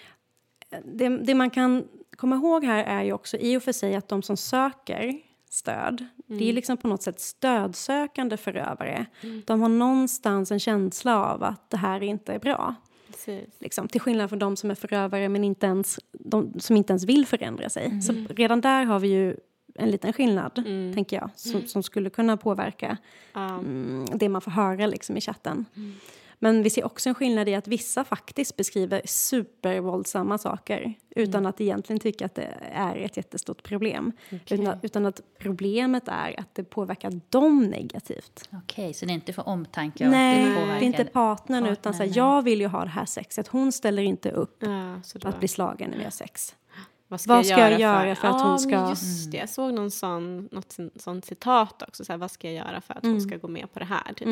Det man kan komma ihåg här är ju också i och för sig att de som söker stöd, det är liksom på något sätt stödsökande förövare. De har någonstans en känsla av att det här inte är bra. Liksom, till skillnad från de som är förövare men som inte ens vill förändra sig. Så redan där har vi ju en liten skillnad, tänker jag, som skulle kunna påverka det man får höra liksom, i chatten. Men vi ser också en skillnad i att vissa faktiskt beskriver supervåldsamma saker utan att egentligen tycka att det är ett jättestort problem. Utan att problemet är att det påverkar dem negativt. Okej, så det är inte för omtanke? Nej, det är inte partnern utan så här, jag vill ju ha det här sexet. Hon ställer inte upp på att bli slagen när vi har sex. Vad ska jag göra för att hon ska... Just det, jag såg något sånt citat också. Så här, vad ska jag göra för att hon ska gå med på det här? Typ.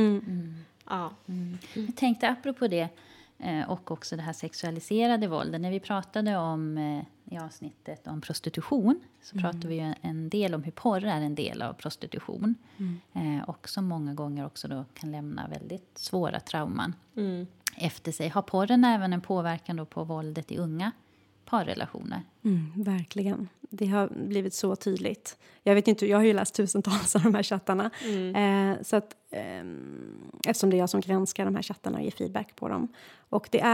Jag tänkte apropå det och också det här sexualiserade våldet. När vi pratade om i avsnittet om prostitution så pratade vi en del om hur porr är en del av prostitution. Och som många gånger också då kan lämna väldigt svåra trauman efter sig. Har porren även en påverkan då på våldet i unga parrelationer? Verkligen. Det har blivit så tydligt. Jag vet inte, jag har ju läst tusentals av de här chattarna. Så att, eftersom det är jag som granskar de här chattarna och ger feedback på dem. Och det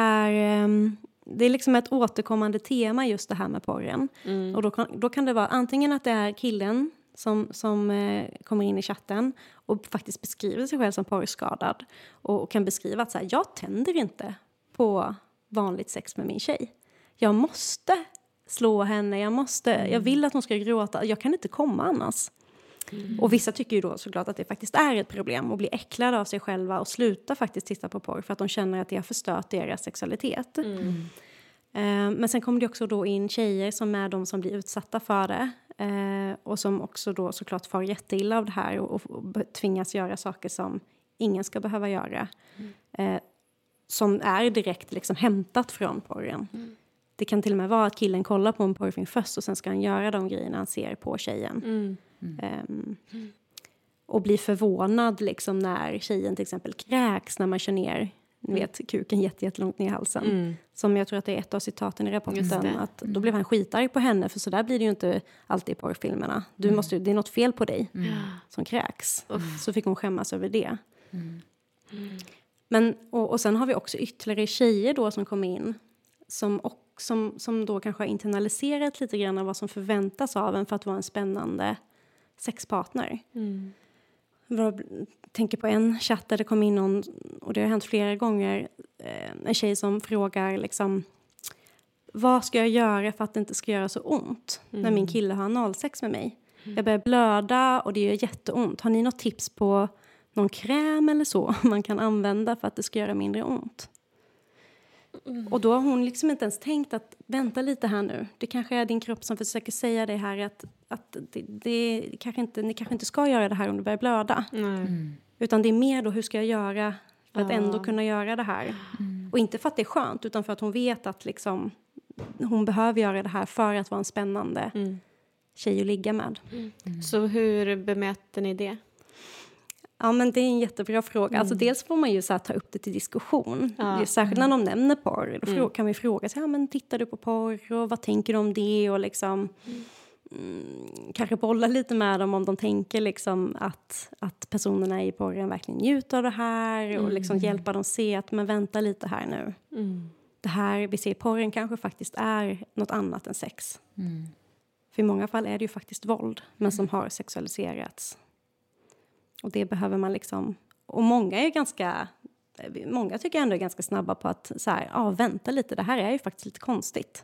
är liksom ett återkommande tema just det här med porren. Och då kan det vara antingen att det är killen som kommer in i chatten och faktiskt beskriver sig själv som porrskadad. Och kan beskriva att så här, jag tänder inte på vanligt sex med min tjej. Jag måste slå henne, jag vill att hon ska gråta, jag kan inte komma annars. Och vissa tycker ju då såklart att det faktiskt är ett problem och blir äcklade av sig själva och slutar faktiskt titta på porr för att de känner att det har förstört deras sexualitet. Men sen kommer det också då in tjejer som är de som blir utsatta för det och som också då såklart far jätteilla av det här och tvingas göra saker som ingen ska behöva göra. Som är direkt liksom hämtat från porren. Det kan till och med vara att killen kollar på en porrfilm först och sen ska han göra de grejerna han ser på tjejen. Och blir förvånad liksom när tjejen till exempel kräks när man kör ner, ni vet, kuken jättelångt ner i halsen. Som jag tror att det är ett av citaten i rapporten. Att då blev han skitarg på henne, för så där blir det ju inte alltid i porrfilmerna. Det är något fel på dig som kräks. Så fick hon skämmas över det. Men, och sen har vi också ytterligare tjejer då som kom in. Som då kanske har internaliserat lite grann av vad som förväntas av en för att vara en spännande sexpartner. Jag tänker på en chatt där det kom in någon, och det har hänt flera gånger, en tjej som frågar liksom, vad ska jag göra för att det inte ska göra så ont när min kille har analsex med mig? Jag börjar blöda och det gör jätteont. Har ni något tips på någon kräm eller så man kan använda för att det ska göra mindre ont? Och då har hon liksom inte ens tänkt att vänta lite här nu. Det kanske är din kropp som försöker säga det här att ni kanske inte ska göra det här om du börjar blöda. Utan det är mer då, hur ska jag göra för att ändå kunna göra det här? Och inte för att det är skönt, utan för att hon vet att liksom, hon behöver göra det här för att vara en spännande tjej att ligga med. Så hur bemöter ni det? Ja, men det är en jättebra fråga. Alltså, dels får man ju så här, ta upp det till diskussion. Särskilt när de nämner porr. Då kan vi fråga sig, men tittar du på porr? Och vad tänker du om det? Och liksom, kanske bolla lite med dem om de tänker liksom, att personerna i porren verkligen njuter av det här. Och liksom hjälpa dem se att, men vänta lite här nu. Det här vi ser i porren kanske faktiskt är något annat än sex. För i många fall är det ju faktiskt våld, men som har sexualiserats. Och det behöver man liksom... Och många tycker jag ändå är ganska snabba på att så här, vänta lite, det här är ju faktiskt lite konstigt.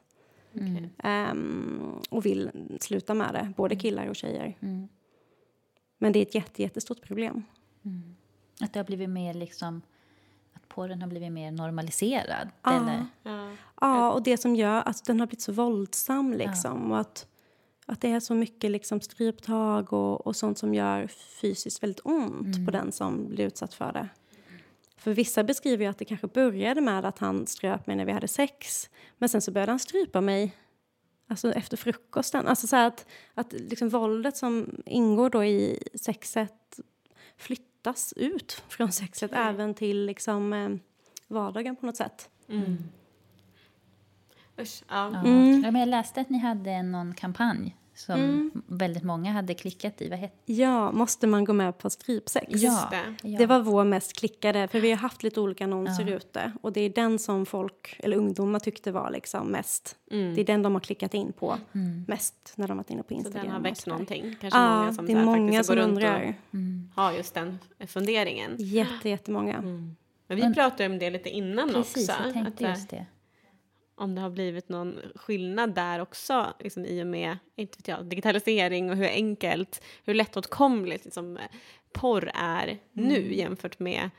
Och vill sluta med det, både killar och tjejer. Men det är ett jättestort problem. Att det har blivit mer liksom... Att porren har blivit mer normaliserad? Eller? Ja, och det som gör att den har blivit så våldsam liksom. Och att det är så mycket liksom stryptag och sånt som gör fysiskt väldigt ont på den som blir utsatt för det. För vissa beskriver ju att det kanske började med att han ströp mig när vi hade sex. Men sen så började han strypa mig alltså efter frukosten. Alltså så här att liksom våldet som ingår då i sexet flyttas ut från sexet även till liksom vardagen på något sätt. Usch, Ja, men jag läste att ni hade någon kampanj som väldigt många hade klickat i. Vad hette? Ja, måste man gå med på strypsex? Ja. Det var vår mest klickade, för vi har haft lite olika annonser ute. Och det är den som folk, eller ungdomar tyckte var liksom mest. Det är den de har klickat in på mest när de har varit inne på Instagram. Så den har väckt någonting. Kanske många som, det är många som går runt undrar. Och har just den funderingen. Jättemånga. Men vi pratade om det lite innan Precis, också. Jag tänkte att, just det. Om det har blivit någon skillnad där också, liksom, i och med digitalisering och hur lättåtkomligt liksom, porr är nu jämfört med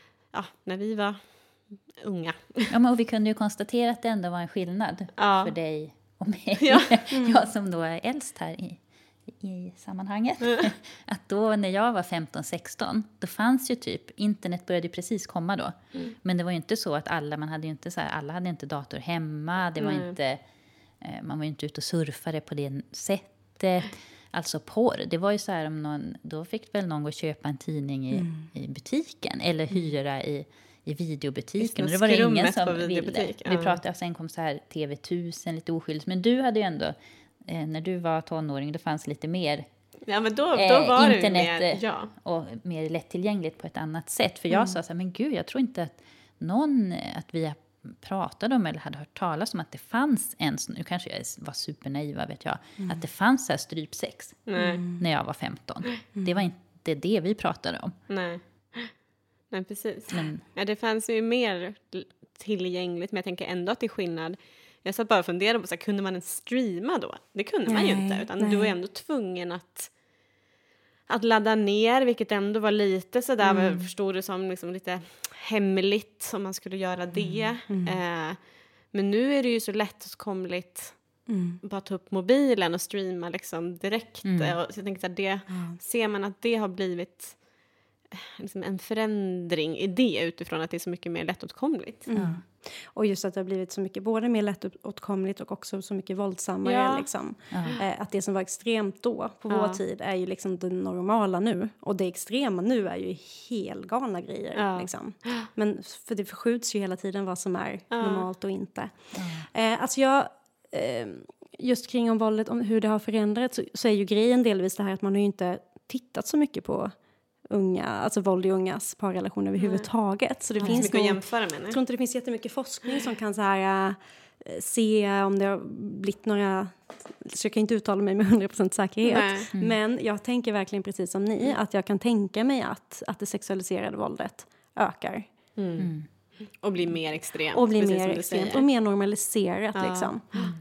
när vi var unga. Ja, men och vi kunde ju konstatera att det ändå var en skillnad för dig och mig. Jag som då är äldst här i sammanhanget. Att då när jag var 15-16, då fanns ju typ, internet började precis komma då. Men det var ju inte så att alla hade inte dator hemma. Det var inte, man var ju inte ute och surfade på det sättet. Alltså porr, det var ju så här då fick väl någon gå och köpa en tidning i butiken. Eller hyra i videobutiken. Och det var det ingen som ville. Vi pratade, sen kom så här TV1000, lite oskyldigt. Men du hade ju ändå... när du var tonåring, det fanns lite mer men då var internet det mer, och mer lättillgängligt på ett annat sätt. För jag sa så här, men gud, jag tror inte att vi pratade om eller hade hört talas om att det fanns nu kanske jag var supernaiva, vet jag, att det fanns så här strypsex när jag var 15. Det var inte det vi pratade om. Nej, precis. Det fanns ju mer tillgängligt, men jag tänker ändå att det är skillnad. Jag satt bara och funderade på, kunde man ens streama då? Det kunde man ju inte, utan du var ändå tvungen att ladda ner, vilket ändå var lite sådär, förstod det som liksom lite hemligt om man skulle göra det. Men nu är det ju så lättåtkomligt bara ta upp mobilen och streama liksom direkt. Och så jag tänkte att ser man att det har blivit liksom en förändring i det utifrån att det är så mycket mer lättåtkomligt. Och just att det har blivit så mycket, både mer lättåtkomligt och också så mycket våldsammare. Liksom. Att det som var extremt då på vår tid är ju liksom det normala nu. Och det extrema nu är ju helgalna grejer. Liksom. Men för det förskjuts ju hela tiden vad som är normalt och inte. Alltså just kring om våldet, om hur det har förändrats, så är ju grejen delvis det här att man har ju inte tittat så mycket på alltså våld i ungas parrelationer överhuvudtaget. Så det finns mycket att jämföra med. Jag tror inte det finns jättemycket forskning som kan så här, se om det har blivit några, så jag kan inte uttala mig med 100% säkerhet. Men jag tänker verkligen precis som ni, att jag kan tänka mig att det sexualiserade våldet ökar. Och blir mer extremt. Och blir mer extremt och mer normaliserat liksom.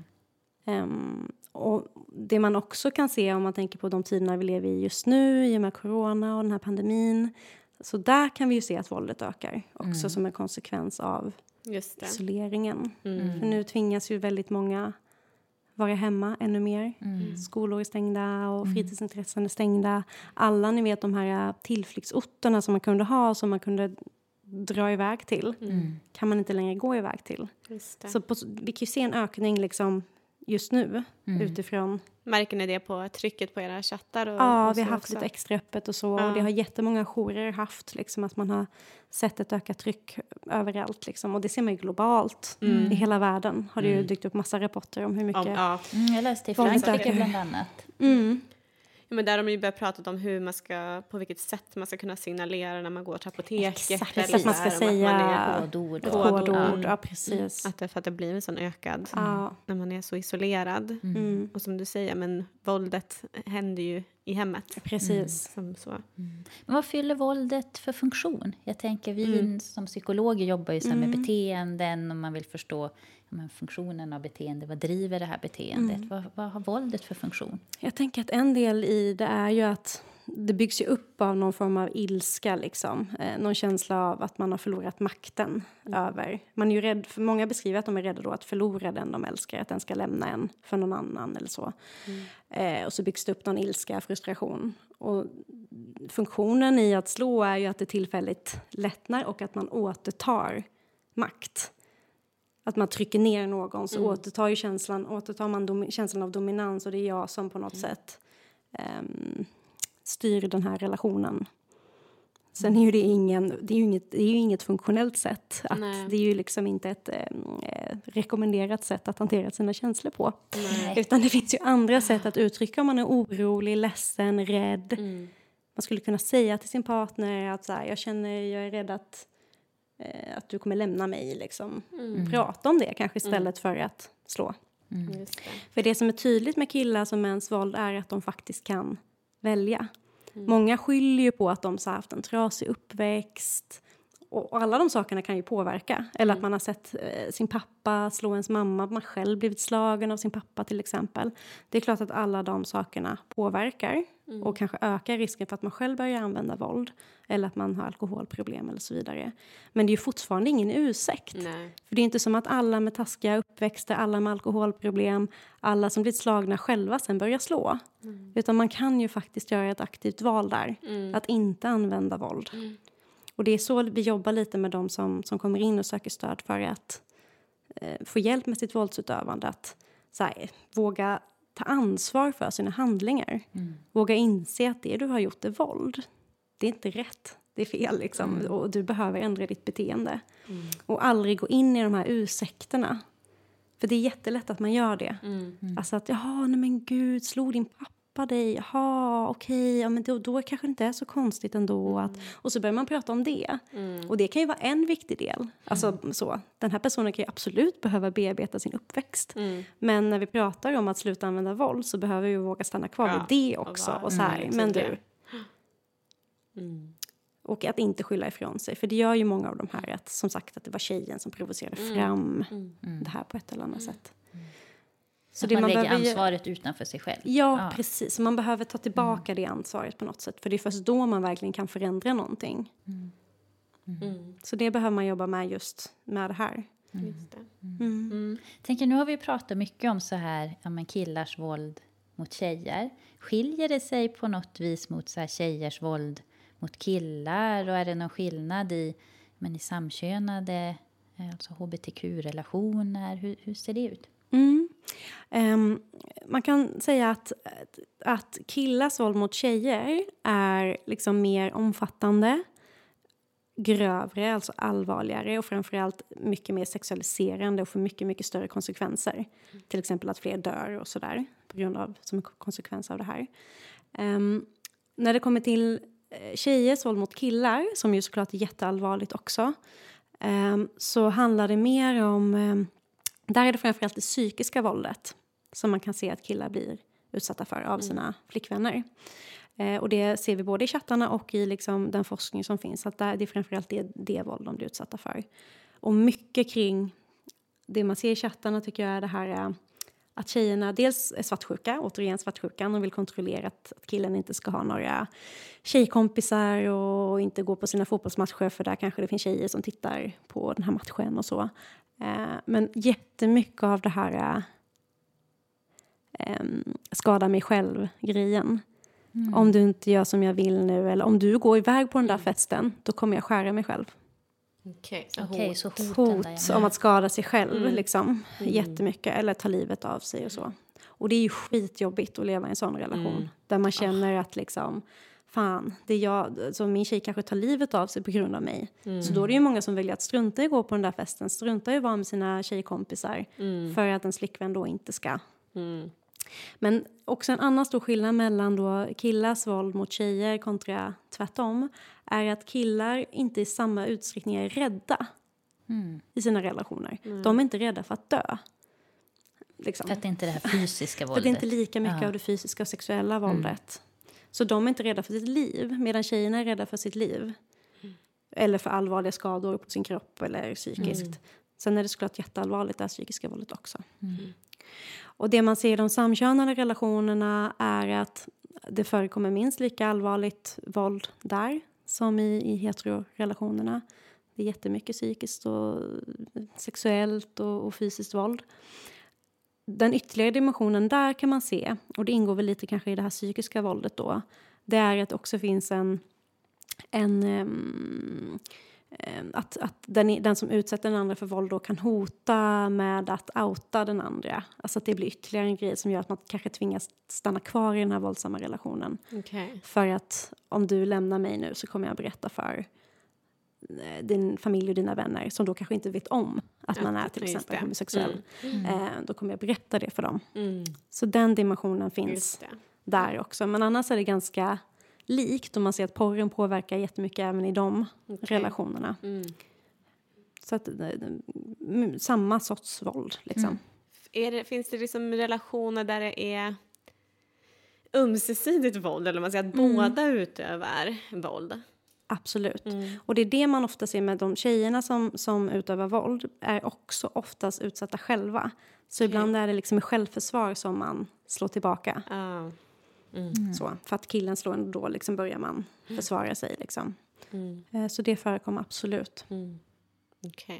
Och det man också kan se om man tänker på de tiderna vi lever i just nu i och med corona och den här pandemin, så där kan vi ju se att våldet ökar också som en konsekvens av isoleringen. För nu tvingas ju väldigt många vara hemma ännu mer. Skolor är stängda och fritidsintressen är stängda. Alla, ni vet, de här tillflyktsorterna som man kunde ha, som man kunde dra iväg till, kan man inte längre gå iväg till. Så vi kan ju se en ökning liksom just nu utifrån. Märker ni det på trycket på era chattar? Ja, och vi har haft lite extra öppet och så. Och det har jättemånga jourer haft liksom, att man har sett ett ökat tryck överallt liksom. Och det ser man ju globalt. I hela världen har det ju dykt upp massa rapporter om hur mycket jag läste i Frankrike bland annat. Ja, men där har de ju börjat prata om hur man ska, på vilket sätt man ska kunna signalera när man går till apoteket. Exakt, att man ska säga kodord. Ja, precis. Att det blir en sån ökad när man är så isolerad. Och som du säger, men våldet händer ju i hemmet. Precis. Men vad fyller våldet för funktion? Jag tänker, vi som psykologer jobbar ju med beteenden och man vill förstå funktionen av beteende. Vad driver det här beteendet? Vad har våldet för funktion? Jag tänker att en del i det är ju att det byggs ju upp av någon form av ilska. Liksom. Någon känsla av att man har förlorat makten över. Man är ju rädd, för många beskriver att de är rädda då att förlora den de älskar. Att den ska lämna en för någon annan eller så. Och så byggs det upp någon ilska, frustration. Och funktionen i att slå är ju att det tillfälligt lättnar och att man återtar makt. Att man trycker ner någon, så återtar man känslan av dominans, och det är jag som på något sätt styr den här relationen. Sen är ju det är ju inget funktionellt sätt. Det är ju liksom inte ett rekommenderat sätt att hantera sina känslor på. Utan det finns ju andra sätt att uttrycka om man är orolig, ledsen, rädd. Man skulle kunna säga till sin partner att så här, jag är rädd att du kommer lämna mig. Liksom. Prata om det kanske istället för att slå. För det som är tydligt med killar och mäns våld är att de faktiskt kan välja. Många skyller ju på att de har haft en trasig uppväxt. Och alla de sakerna kan ju påverka. Eller att man har sett sin pappa slå ens mamma. Att man själv blivit slagen av sin pappa till exempel. Det är klart att alla de sakerna påverkar. Och kanske ökar risken för att man själv börjar använda våld. Eller att man har alkoholproblem eller så vidare. Men det är ju fortfarande ingen ursäkt. För det är inte som att alla med taskiga uppväxter, alla med alkoholproblem, alla som blivit slagna själva sen börjar slå. Utan man kan ju faktiskt göra ett aktivt val där. Att inte använda våld. Och det är så vi jobbar lite med de som kommer in och söker stöd för att få hjälp med sitt våldsutövande. Att så här, våga ta ansvar för sina handlingar. Våga inse att det du har gjort är våld. Det är inte rätt. Det är fel liksom. Och du behöver ändra ditt beteende. Och aldrig gå in i de här ursäkterna. För det är jättelätt att man gör det. Alltså att, jaha, nej men gud, slog din pappa dig? Jaha, okej, ja, men då kanske det inte är så konstigt ändå. Och så börjar man prata om det. Och det kan ju vara en viktig del. Alltså så, den här personen kan ju absolut behöva bearbeta sin uppväxt. Men när vi pratar om att sluta använda våld så behöver vi våga stanna kvar vid det också. Och så här, men du. Och att inte skylla ifrån sig. För det gör ju många av de här att, som sagt, att det var tjejen som provocerade fram det här på ett eller annat sätt. Så att man lägger ansvaret utanför sig själv. Ja, precis. Så man behöver ta tillbaka det ansvaret på något sätt. För det är först då man verkligen kan förändra någonting. Så det behöver man jobba med just med det här. Just det. Tänker, nu har vi pratat mycket om så här, killars våld mot tjejer. Skiljer det sig på något vis mot så här tjejers våld mot killar? Och är det någon skillnad i samkönade, alltså hbtq-relationer? Hur ser det ut? Man kan säga att killars våld mot tjejer är liksom mer omfattande, grövre, alltså allvarligare och framförallt mycket mer sexualiserande och får mycket, mycket större konsekvenser. Till exempel att fler dör och sådär på grund av, som en konsekvens av det här. När det kommer till tjejers våld mot killar, som ju såklart är jätteallvarligt också, så handlar det mer om, där är det framförallt det psykiska våldet som man kan se att killar blir utsatta för av sina flickvänner. Och det ser vi både i chattarna och i liksom den forskning som finns. Att det är framförallt det våld de blir utsatta för. Och mycket kring det man ser i chattarna tycker jag är det här att tjejerna dels är svartsjuka, återigen svartsjukan, och vill kontrollera att killen inte ska ha några tjejkompisar och inte gå på sina fotbollsmatcher, för där kanske det finns tjejer som tittar på den här matchen och så. Men jättemycket av det här skada mig själv-grejen. Om du inte gör som jag vill nu, eller om du går iväg på den där festen, då kommer jag skära mig själv. Okej, så hot om att skada sig själv liksom, jättemycket, eller ta livet av sig och så. Och det är ju skitjobbigt att leva i en sån relation där man känner att liksom, fan, det är jag, så min tjej kanske tar livet av sig på grund av mig. Så då är det ju många som väljer att strunta i att gå på den där festen, strunta i att vara med sina tjejkompisar för att en flickvän då inte ska. Men också en annan stor skillnad mellan då killars våld mot tjejer kontra tvärtom är att killar inte i samma utsträckning är rädda i sina relationer. De är inte rädda för att dö. Liksom. För att det inte är det här fysiska våldet. För det är inte lika mycket av det fysiska och sexuella våldet. Så de är inte rädda för sitt liv, medan tjejerna är rädda för sitt liv. Eller för allvarliga skador på sin kropp eller psykiskt. Sen är det såklart jätteallvarligt, det här psykiska våldet också. Och det man ser i de samkönade relationerna är att det förekommer minst lika allvarligt våld där som i heterorelationerna. Det är jättemycket psykiskt och sexuellt och fysiskt våld. Den ytterligare dimensionen där kan man se, och det ingår väl lite kanske i det här psykiska våldet då, det är att det också finns att den som utsätter den andra för våld då kan hota med att outa den andra. Alltså att det blir ytterligare en grej som gör att man kanske tvingas stanna kvar i den här våldsamma relationen. Okay. För att om du lämnar mig nu så kommer jag berätta för din familj och dina vänner som då kanske inte vet om att man är till exempel homosexuell. Då kommer jag berätta det för dem. Så den dimensionen finns där också. Men annars är det ganska likt, om man ser att porren påverkar jättemycket även i de relationerna. Så att samma sorts våld liksom. Finns det liksom relationer där det är ömsesidigt våld, eller man säger att båda utövar våld? Absolut. Och det är det man ofta ser med de tjejerna som utövar våld, är också oftast utsatta själva. Så ibland är det liksom i självförsvar som man slår tillbaka. Så, för att killen slår en, då liksom börjar man försvara sig liksom. Så det förekommer absolut. Okej.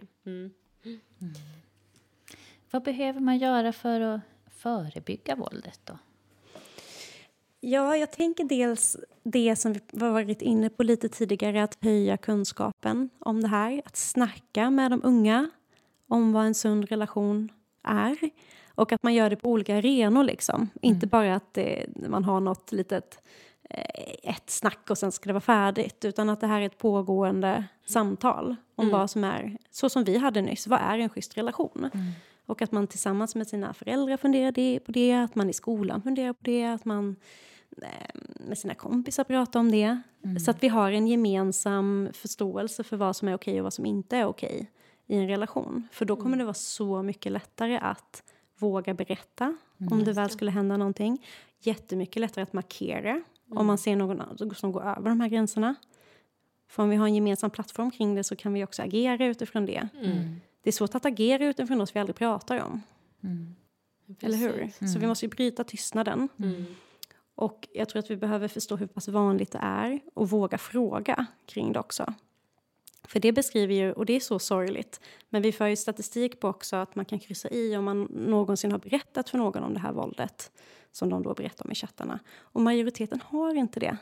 Vad behöver man göra för att förebygga våldet då? Ja, jag tänker dels det som vi har varit inne på lite tidigare, att höja kunskapen om det här. Att snacka med de unga om vad en sund relation är. Och att man gör det på olika arenor liksom. Inte bara att man har något litet ett snack och sen ska det vara färdigt. Utan att det här är ett pågående samtal om vad som är, så som vi hade nyss, vad är en schysst relation? Och att man tillsammans med sina föräldrar funderar på det, att man i skolan funderar på det, att man med sina kompisar pratar om det. Så att vi har en gemensam förståelse för vad som är okej och vad som inte är okej i en relation. För då kommer det vara så mycket lättare att våga berätta om det väl skulle hända någonting. Jättemycket lättare att markera om man ser någon som går över de här gränserna. För om vi har en gemensam plattform kring det så kan vi också agera utifrån det. Det är svårt att agera utifrån något vi aldrig pratar om. Eller hur? Så vi måste ju bryta tystnaden. Och jag tror att vi behöver förstå hur pass vanligt det är och våga fråga kring det också. För det beskriver ju, och det är så sorgligt, men vi får ju statistik på också att man kan kryssa i om man någonsin har berättat för någon om det här våldet som de då berättar om i chattarna. Och majoriteten har inte det.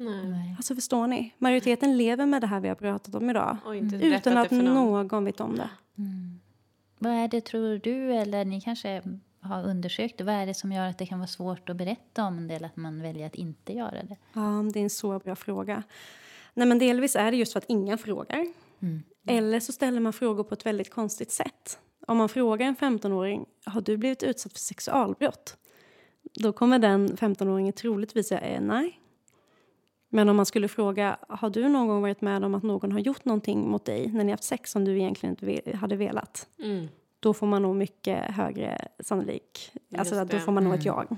Nej. Alltså förstår ni? Majoriteten lever med det här vi har pratat om idag. Och inte Utan berättat att det för någon. någon vet om det. Vad är det, tror du, eller ni kanske har undersökt, vad är det som gör att det kan vara svårt att berätta om det, eller att man väljer att inte göra det? Ja, det är en så bra fråga. Nej, men delvis är det just för att ingen frågar. Eller så ställer man frågor på ett väldigt konstigt sätt. Om man frågar en 15-åring, har du blivit utsatt för sexualbrott? Då kommer den 15-åringen troligtvis säga nej. Men om man skulle fråga, har du någon gång varit med om att någon har gjort någonting mot dig när ni haft sex som du egentligen inte hade velat? Då får man nog mycket högre sannolik. Alltså då får man nog ett jag.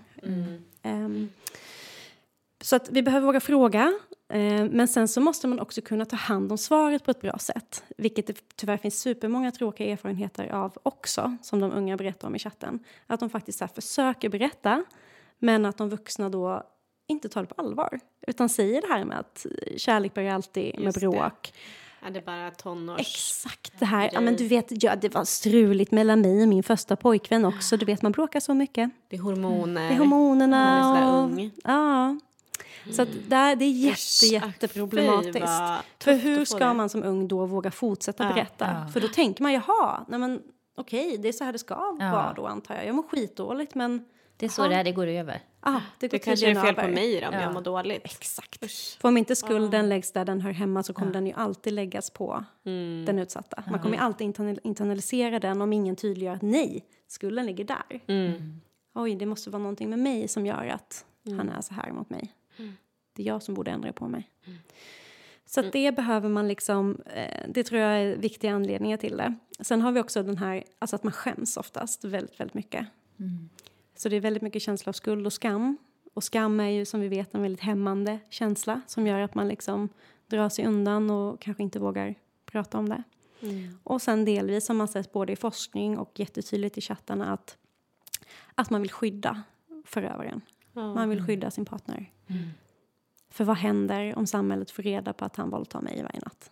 Så att vi behöver våga fråga. Men sen så måste man också kunna ta hand om svaret på ett bra sätt. Vilket det tyvärr finns supermånga tråkiga erfarenheter av också. Som de unga berättar om i chatten. Att de faktiskt så här försöker berätta. Men att de vuxna då inte tar det på allvar. Utan säger det här med att kärlek börjar alltid med bråk. Ja, det är bara tonårs... Exakt det här. Ja, men du vet, det var struligt mellan mig och min första pojkvän också. Du vet, man bråkar så mycket. Det är hormoner. Det är hormonerna. Man är så ung. Ja. Så att det är jätteproblematiskt. För hur ska man som ung då våga fortsätta berätta? Ja. För då tänker man, jaha, nej men okej, det är så här det ska vara då antar jag. Jag mår skitdåligt, men... Det är så det går över. Det kanske är fel på mig då, om jag mår dåligt. Exakt. För om inte skulden läggs där den hör hemma så kommer den ju alltid läggas på den utsatta. Man kommer ju alltid internalisera den om ingen tydliggör att nej, skulden ligger där. Oj, det måste vara någonting med mig som gör att han är så här mot mig. Det är jag som borde ändra på mig. Så att det behöver man liksom, det tror jag är viktiga anledningar till det. Sen har vi också den här, alltså att man skäms oftast väldigt, väldigt mycket. Så det är väldigt mycket känsla av skuld och skam. Och skam är ju som vi vet en väldigt hämmande känsla. Som gör att man liksom drar sig undan och kanske inte vågar prata om det. Och sen delvis har man sett både i forskning och jättetydligt i chattarna att man vill skydda förövaren. Man vill skydda sin partner. För vad händer om samhället får reda på att han våldtar mig varje natt?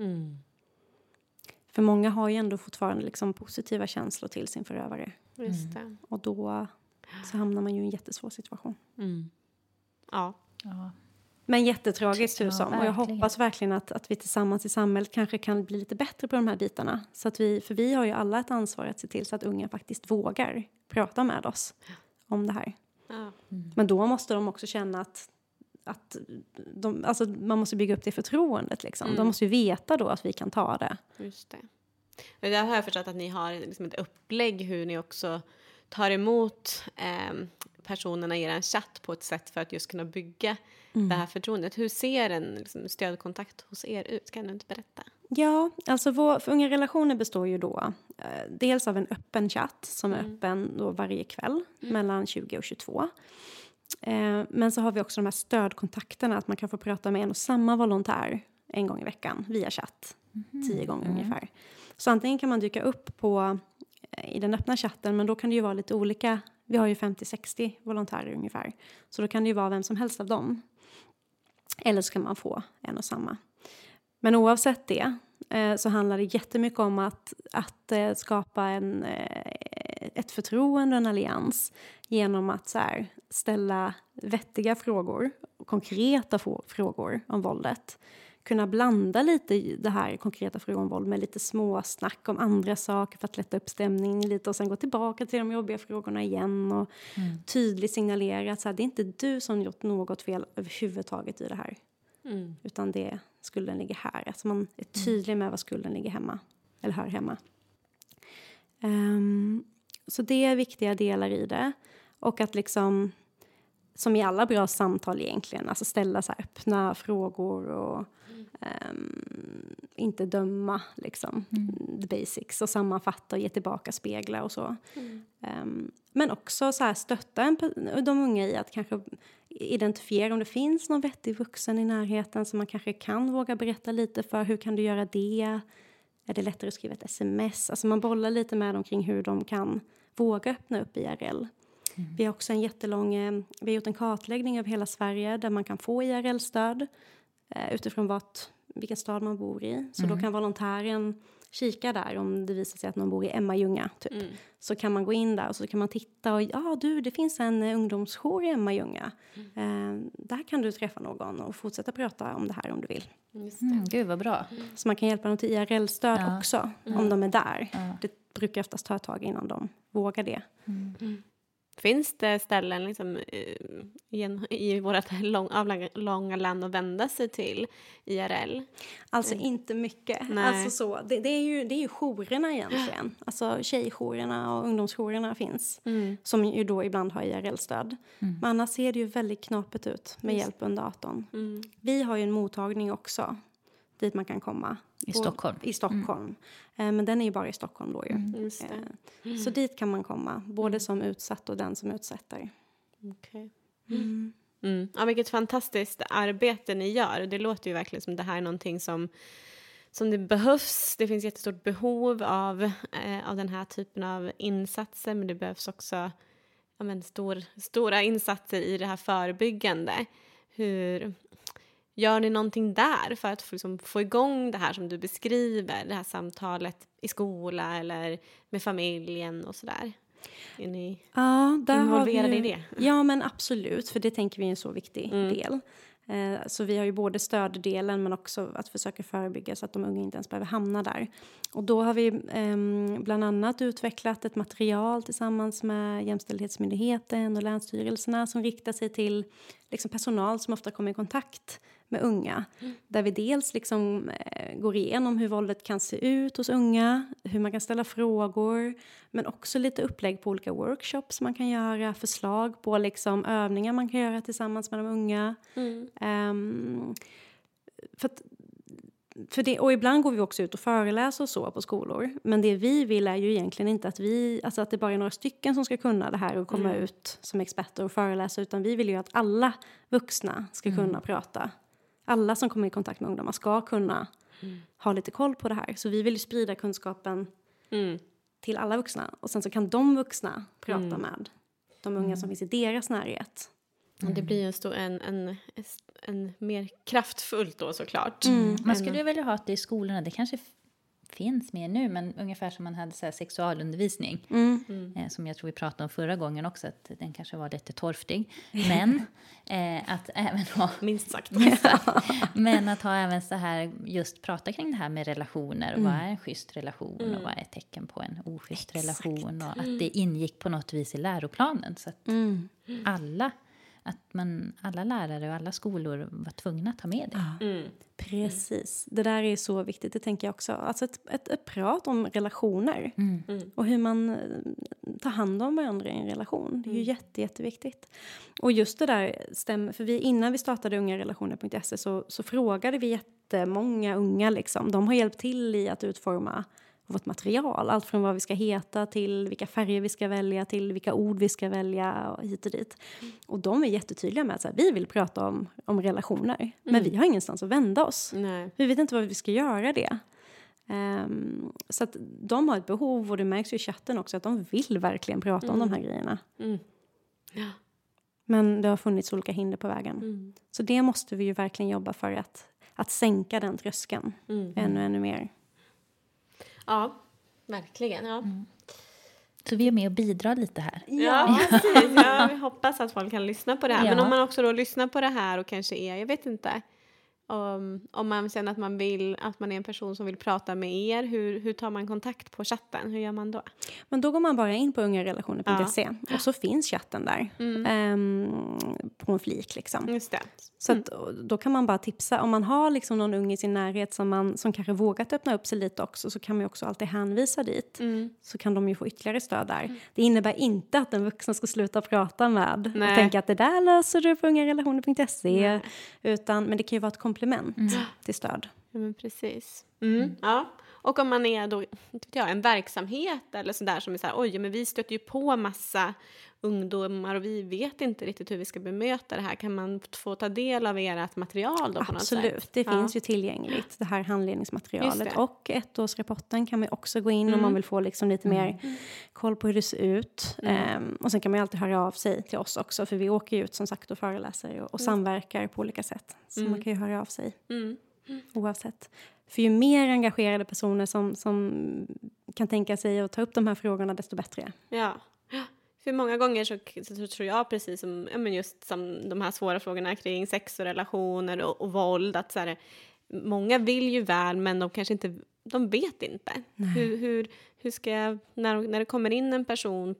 För många har ju ändå fortfarande liksom positiva känslor till sin förövare. Just det. Och då så hamnar man ju i en jättesvår situation. Ja. Men jättetragiskt hur som. Och jag verkligen. hoppas verkligen att vi tillsammans i samhället kanske kan bli lite bättre på de här bitarna. Så att för vi har ju alla ett ansvar att se till så att unga faktiskt vågar prata med oss om det här. Men då måste de också känna att alltså man måste bygga upp det förtroendet liksom. De måste ju veta då att vi kan ta det. Just det. Och där har jag förstått att ni har liksom ett upplägg hur ni också tar emot personerna i er chatt på ett sätt för att just kunna bygga det här förtroendet. Hur ser en liksom, stödkontakt hos er ut? Kan du inte berätta? Ja, alltså för unga relationer består ju då dels av en öppen chatt som är öppen då varje kväll mellan 20 och 22. Men så har vi också de här stödkontakterna att man kan få prata med en och samma volontär en gång i veckan via chatt. 10 gånger ungefär. Så antingen kan man dyka upp i den öppna chatten, men då kan det ju vara lite olika. Vi har ju 50-60 volontärer ungefär. Så då kan det ju vara vem som helst av dem. Eller så kan man få en och samma. Men oavsett det så handlar det jättemycket om att skapa ett förtroende och en allians genom att så här, ställa vettiga frågor, konkreta frågor om våldet. Kunna blanda lite det här konkreta frågor om våld med lite små snack om andra saker för att lätta upp stämningen lite och sen gå tillbaka till de jobbiga frågorna igen och tydligt signalera att så här, det är inte du som gjort något fel överhuvudtaget i det här. Utan skulden ligger här. Alltså man är tydlig med vad skulden ligger hemma. Eller hör hemma. Så det är viktiga delar i det. Och att liksom, som i alla bra samtal egentligen, alltså ställa så här öppna frågor och inte döma liksom, the basics och sammanfatta och ge tillbaka, spegla och så. Men också så här stötta de unga i att kanske identifiera om det finns någon vettig vuxen i närheten som man kanske kan våga berätta lite för. Hur kan du göra det? Är det lättare att skriva ett sms? Alltså man bollar lite med dem kring hur de kan våga öppna upp IRL. Vi har också vi har gjort en kartläggning av hela Sverige där man kan få IRL-stöd utifrån vart vilken stad man bor i. Så då kan volontären kika där om det visar sig att någon bor i Emmaljunga typ. Så kan man gå in där och så kan man titta och det finns en ungdomsjour i Emmaljunga. Där kan du träffa någon och fortsätta prata om det här om du vill. Gud vad bra. Så man kan hjälpa dem till IRL-stöd också om de är där. Det brukar oftast ta ett tag innan de vågar det. Finns det ställen liksom, i vårt långa land att vända sig till IRL? Alltså inte mycket. Alltså så, det är ju jourerna egentligen. Alltså tjejjourerna och ungdomsjourerna finns. Som ju då ibland har IRL-stöd. Men annars ser det ju väldigt knapigt ut med hjälp under 18. Vi har ju en mottagning också. Dit man kan komma. I Stockholm. Men den är ju bara i Stockholm då ju. Så dit kan man komma. Både som utsatt och den som utsätter. Okej. Ja, vilket fantastiskt arbete ni gör. Det låter ju verkligen som det här är någonting som det behövs. Det finns jättestort behov av den här typen av insatser. Men det behövs också stora insatser i det här förebyggande. Hur gör ni någonting där för att liksom få igång det här som du beskriver? Det här samtalet i skola eller med familjen och sådär. Är ni involverade i det? Ja, men absolut. För det tänker vi är en så viktig del. Så vi har ju både stöddelen men också att försöka förebygga så att de unga inte ens behöver hamna där. Och då har vi bland annat utvecklat ett material tillsammans med Jämställdhetsmyndigheten och länsstyrelserna som riktar sig till liksom personal som ofta kommer i kontakt med unga. Där vi dels liksom, går igenom hur våldet kan se ut hos unga, hur man kan ställa frågor, men också lite upplägg på olika workshops man kan göra, förslag på liksom, övningar man kan göra tillsammans med de unga. För det, och ibland går vi också ut och föreläser och så på skolor. Men det vi vill är ju egentligen inte att det bara är några stycken som ska kunna det här och komma ut som experter och föreläsa. Utan vi vill ju att alla vuxna ska kunna prata. Alla som kommer i kontakt med ungdomar ska kunna ha lite koll på det här. Så vi vill ju sprida kunskapen till alla vuxna. Och sen så kan de vuxna prata med de unga som finns i deras närhet. Det blir en mer kraftfullt då såklart. Man skulle ju vilja ha det i skolorna. Det kanske finns mer nu, men ungefär som man hade så här sexualundervisning. Som jag tror vi pratade om förra gången också, att den kanske var lite torftig. Men att även ha... Minst sagt. Men att ha även så här, just prata kring det här med relationer. Vad är en schysst relation och vad är ett tecken på en oschysst relation. Och att det ingick på något vis i läroplanen. Så att alla lärare och alla skolor var tvungna att ta med det. Precis. Det där är så viktigt, det tänker jag också. Alltså ett prat om relationer. Och hur man tar hand om varandra i en relation. Det är ju jätteviktigt. Och just det där stämmer. För innan vi startade ungarelationer.se så frågade vi jättemånga unga. Liksom. De har hjälpt till i att utforma vårt material. Allt från vad vi ska heta till vilka färger vi ska välja till vilka ord vi ska välja och hit och dit. Och de är jättetydliga med att vi vill prata om relationer. Men vi har ingenstans att vända oss. Nej. Vi vet inte vad vi ska göra det. Så att de har ett behov och det märks ju i chatten också att de vill verkligen prata om de här grejerna. Ja. Men det har funnits olika hinder på vägen. Så det måste vi ju verkligen jobba för att sänka den tröskeln ännu mer. Ja, verkligen. Ja. Så vi är med och bidrar lite här. Ja, precis. Ja, vi hoppas att folk kan lyssna på det här. Men om man också då lyssnar på det här och kanske jag vet inte, om man känner att man är en person som vill prata med er, hur tar man kontakt på chatten? Hur gör man då? Men då går man bara in på ungarelationer.se och så finns chatten där på en flik liksom. Just det. Så att, då kan man bara tipsa. Om man har liksom någon unge i sin närhet som kanske vågat öppna upp sig lite också, så kan man ju också alltid hänvisa dit. Så kan de ju få ytterligare stöd där. Det innebär inte att den vuxna ska sluta prata med och tänka att det där löser du på ungarelationer.se. Men det kan ju vara ett komplement till stöd. Ja, men precis. Ja. Och om man är då, en verksamhet eller sådär som är så här, men vi stöter ju på massa ungdomar och vi vet inte riktigt hur vi ska bemöta det här. Kan man få ta del av ert material då på något sätt? Absolut, det finns ju tillgängligt, det här handledningsmaterialet. Och ettårsrapporten kan man också gå in om man vill få liksom lite mer koll på hur det ser ut. Och sen kan man ju alltid höra av sig till oss också, för vi åker ju ut som sagt och föreläser och samverkar på olika sätt. Så man kan ju höra av sig. Oavsett. För ju mer engagerade personer som kan tänka sig att ta upp de här frågorna, desto bättre. Ja. För många gånger så tror jag, precis som, just som de här svåra frågorna kring sex och relationer och våld, att så här, många vill ju väl, men de kanske inte, de vet inte. Hur ska jag, när det kommer in en person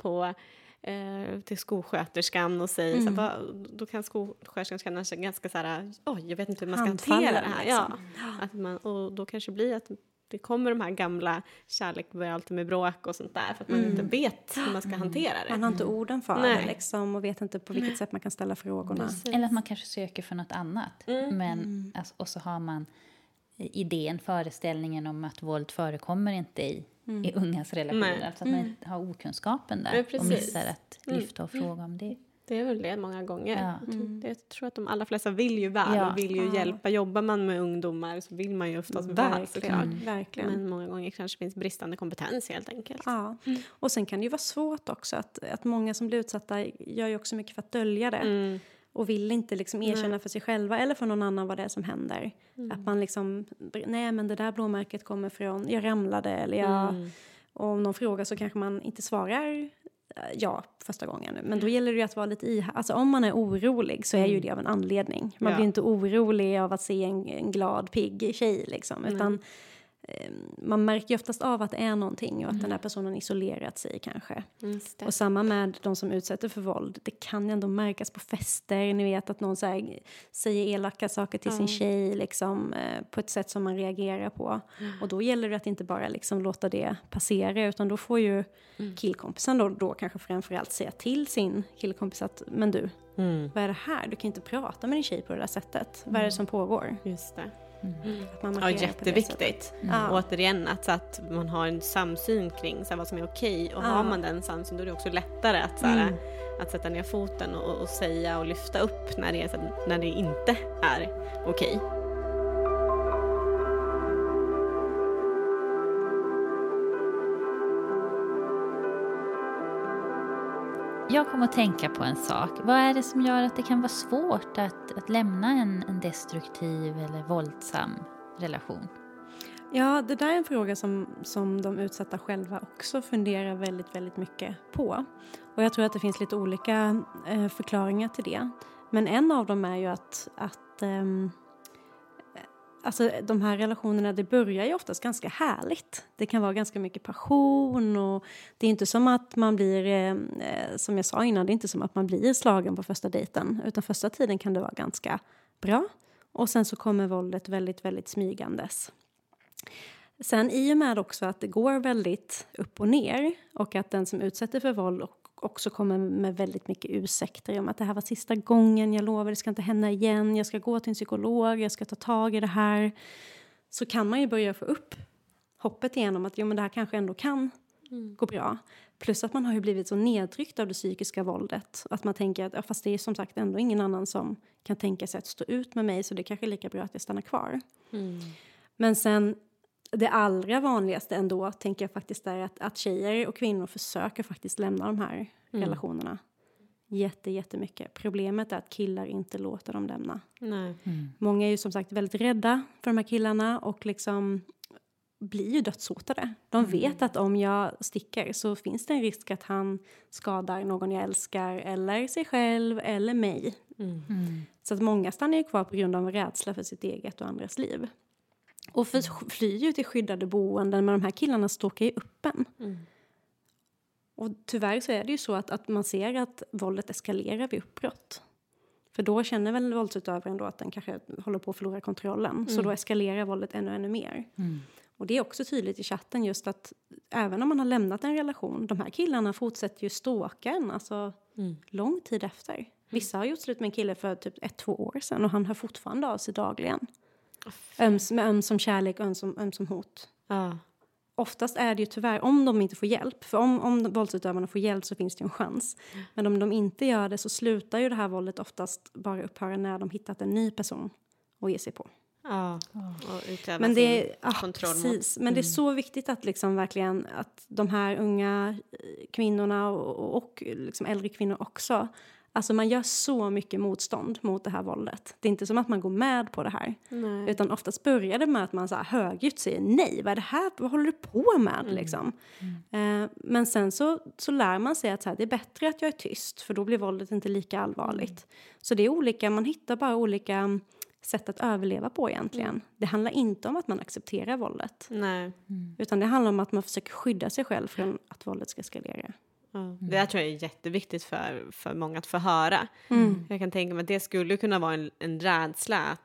till skolsköterskan och säger så här, då kan skolsköterskan känna sig ganska så här, jag vet inte hur man ska hantera det här. Liksom. Ja. Och då kanske blir att det kommer de här gamla, kärlek börjar alltid med bråk och sånt där, för att man inte vet hur man ska hantera det. Man har inte orden för det liksom, och vet inte på vilket sätt man kan ställa frågorna. Precis. Eller att man kanske söker för något annat. Men, alltså, och så har man idén, föreställningen om att våld förekommer inte i ungas relationer. Alltså att man inte har okunskapen där och missar att lyfta och fråga om det. Det är väl det många gånger. Ja. Jag tror att de allra flesta vill ju väl och vill ju hjälpa. Jobbar man med ungdomar så vill man ju oftast väl, såklart. Verkligen. Men många gånger kanske finns bristande kompetens helt enkelt. Ja. Och sen kan det ju vara svårt också att många som blir utsatta gör ju också mycket för att dölja det. Och vill inte liksom erkänna för sig själva eller för någon annan vad det är som händer. Att man liksom, nej men det där blåmärket kommer från, jag ramlade eller och om någon frågar så kanske man inte svarar första gången. Men då gäller det ju att vara lite alltså om man är orolig så är ju det av en anledning. Man blir inte orolig av att se en glad, pigg tjej liksom. Utan man märker ju oftast av att det är någonting och att den här personen isolerat sig kanske. Och samma med de som utsätter för våld. Det kan ju ändå märkas på fester. Ni vet att någon säger elaka saker till sin tjej liksom, på ett sätt som man reagerar på. Och då gäller det att inte bara liksom låta det passera, utan då får ju killkompisen då kanske framförallt säga till sin killkompis att men du, vad är det här? Du kan inte prata med din tjej på det där sättet. Vad är det som pågår? Just det. Ja, jätteviktigt. Återigen att man har en samsyn kring så här, vad som är okej. Och har man den samsyn, då är det också lättare att, så här, att sätta ner foten och säga och lyfta upp när det inte är okej. Jag kommer att tänka på en sak. Vad är det som gör att det kan vara svårt att lämna en destruktiv eller våldsam relation? Ja, det där är en fråga som de utsatta själva också funderar väldigt, väldigt mycket på. Och jag tror att det finns lite olika förklaringar till det. Men en av dem är ju att alltså de här relationerna, det börjar ju oftast ganska härligt. Det kan vara ganska mycket passion och det är inte som att man blir, som jag sa innan, det är inte som att man blir slagen på första dejten. Utan första tiden kan det vara ganska bra. Och sen så kommer våldet väldigt, väldigt smygandes. Sen i och med också att det går väldigt upp och ner och att den som utsätter för våld också kommer med väldigt mycket ursäkter om att det här var sista gången, jag lovar det ska inte hända igen, jag ska gå till en psykolog, jag ska ta tag i det här. Så kan man ju börja få upp hoppet igen om att men det här kanske ändå kan gå bra. Plus att man har ju blivit så nedtryckt av det psykiska våldet. Att man tänker att fast det är som sagt ändå ingen annan som kan tänka sig att stå ut med mig, så det är kanske är lika bra att jag stannar kvar. Men sen det allra vanligaste ändå tänker jag faktiskt är att tjejer och kvinnor försöker faktiskt lämna de här relationerna. Jättemycket. Problemet är att killar inte låter dem lämna. Nej. Många är ju som sagt väldigt rädda för de här killarna och liksom blir ju dödshotade. De vet att om jag sticker så finns det en risk att han skadar någon jag älskar eller sig själv eller mig. Så att många stannar ju kvar på grund av rädsla för sitt eget och andras liv. Och flyr ju till skyddade boenden, men de här killarna stalkar ju öppen. Och tyvärr så är det ju så att man ser att våldet eskalerar vid uppbrott. För då känner väl våldsutövaren då att den kanske håller på att förlora kontrollen. Så då eskalerar våldet ännu mer. Och det är också tydligt i chatten just att även om man har lämnat en relation, de här killarna fortsätter ju stalka en, alltså lång tid efter. Vissa har gjort slut med en kille för typ 1-2 år sedan och han hör fortfarande av sig dagligen. Ömsom kärlek och ömsom hot. Oftast är det ju tyvärr, om de inte får hjälp, för om våldsutövarna får hjälp så finns det ju en chans. Men om de inte gör det så slutar ju det här våldet oftast bara upphöra när de hittat en ny person att ge sig på. Och utöva men det sin kontroll. Precis. Men det är så viktigt att liksom verkligen att de här unga kvinnorna och liksom äldre kvinnor också, Alltså man gör så mycket motstånd mot det här våldet. Det är inte som att man går med på det här. Nej. Utan oftast börjar det med att man så här högljutt säger nej. Vad är det här? Vad håller du på med? Liksom. Men sen så lär man sig att så här, det är bättre att jag är tyst. För då blir våldet inte lika allvarligt. Så det är olika, man hittar bara olika sätt att överleva på egentligen. Det handlar inte om att man accepterar våldet. Nej. Utan det handlar om att man försöker skydda sig själv från att våldet ska eskalera. Ja. Det där tror jag är jätteviktigt för många att få höra. Jag kan tänka mig att det skulle kunna vara en rädsla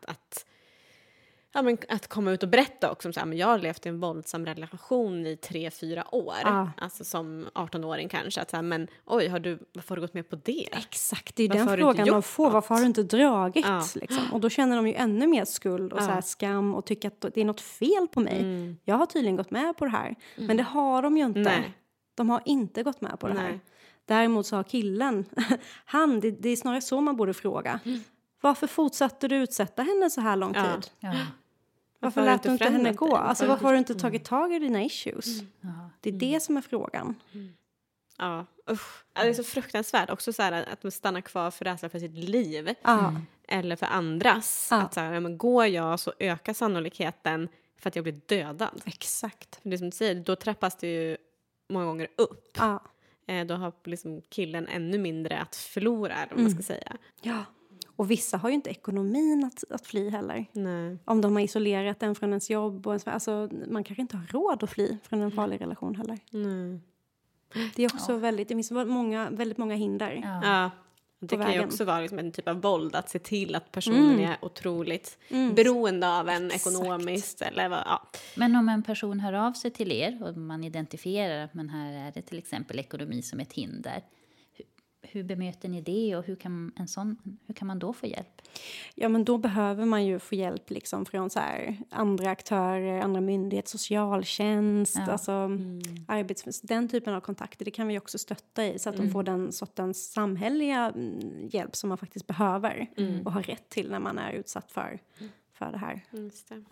att komma ut och berätta också. Så här, men jag har levt i en våldsam relation i 3-4 år. Alltså som 18-åring kanske. Att så här, men oj, varför har du gått med på det? Exakt, det är Varför den har du inte frågan de gjort får. något? Varför har du inte dragit? Ja. Liksom? Och då känner de ju ännu mer skuld och så här skam och tycker att det är något fel på mig. Jag har tydligen gått med på det här. Men det har de ju inte. Nej. De har inte gått med på det här. Nej. Däremot så har killen, det är snarare så man borde fråga. Varför fortsatte du utsätta henne så här lång tid? Ja. Varför lät du inte henne gå? Alltså varför har du inte tagit tag i dina issues? Det är det som är frågan. Ja, usch. Det är så fruktansvärt också så här att man stannar kvar för rädsla för sitt liv. Eller för andras. Att så här, men går jag så ökar sannolikheten för att jag blir dödad. Exakt. För det som du säger, då trappas det ju många gånger upp. Ja. Då har liksom killen ännu mindre att förlora, om man ska säga. Ja. Och vissa har ju inte ekonomin att fly heller. Nej. Om de har isolerat en från ens jobb. Och alltså, man kanske inte har råd att fly från en farlig relation heller. Nej. Det är också det finns väldigt många hinder. Ja. Det kan ju också vara liksom en typ av våld. Att se till att personen är otroligt beroende av en ekonomiskt. Eller vad, Men om en person hör av sig till er och man identifierar att man här är det till exempel ekonomi som ett hinder. Hur bemöter ni det och hur kan man då få hjälp? Ja, men då behöver man ju få hjälp liksom från så här, andra aktörer, andra myndigheter, socialtjänst, den typen av kontakter. Det kan vi också stötta i så att de får den sortens samhälleliga hjälp som man faktiskt behöver och har rätt till när man är utsatt för det här. Just det.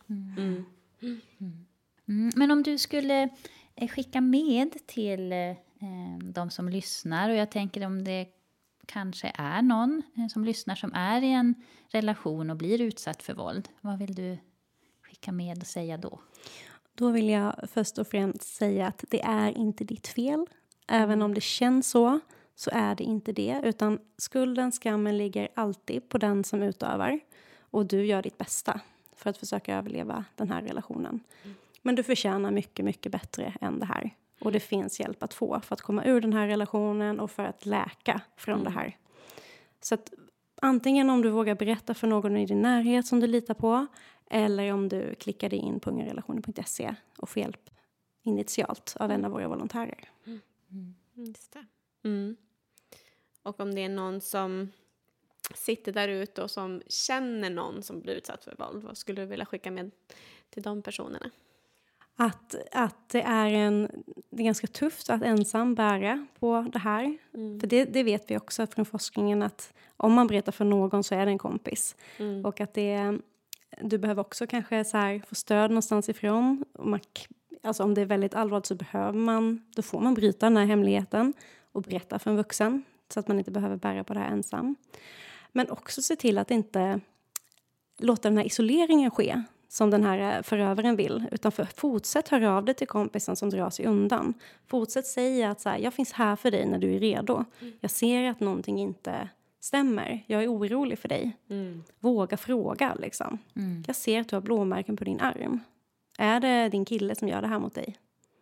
Men om du skulle skicka med till de som lyssnar, och jag tänker om det kanske är någon som lyssnar som är i en relation och blir utsatt för våld, vad vill du skicka med och säga då? Då vill jag först och främst säga att det är inte ditt fel. Även om det känns så är det inte det, utan skulden, skammen ligger alltid på den som utövar, och du gör ditt bästa för att försöka överleva den här relationen. Men du förtjänar mycket, mycket bättre än det här. Och det finns hjälp att få för att komma ur den här relationen och för att läka från det här. Så att antingen om du vågar berätta för någon i din närhet som du litar på, eller om du klickar dig in på ungarelationer.se och får hjälp initialt av en av våra volontärer. Just det. Och om det är någon som sitter där ute och som känner någon som blir utsatt för våld, vad skulle du vilja skicka med till de personerna? Att det är ganska tufft att ensam bära på det här. För det vet vi också från forskningen, att om man berättar för någon så är det en kompis. Och att du behöver också kanske så här få stöd någonstans ifrån. Alltså om det är väldigt allvarligt så då får man bryta den här hemligheten och berätta för en vuxen. Så att man inte behöver bära på det här ensam. Men också se till att inte låta den här isoleringen ske som den här förövaren vill. Utan fortsätt höra av dig till kompisen som drar sig undan. Fortsätt säga att så här, jag finns här för dig när du är redo. Jag ser att någonting inte stämmer. Jag är orolig för dig. Våga fråga liksom. Jag ser att du har blåmärken på din arm. Är det din kille som gör det här mot dig?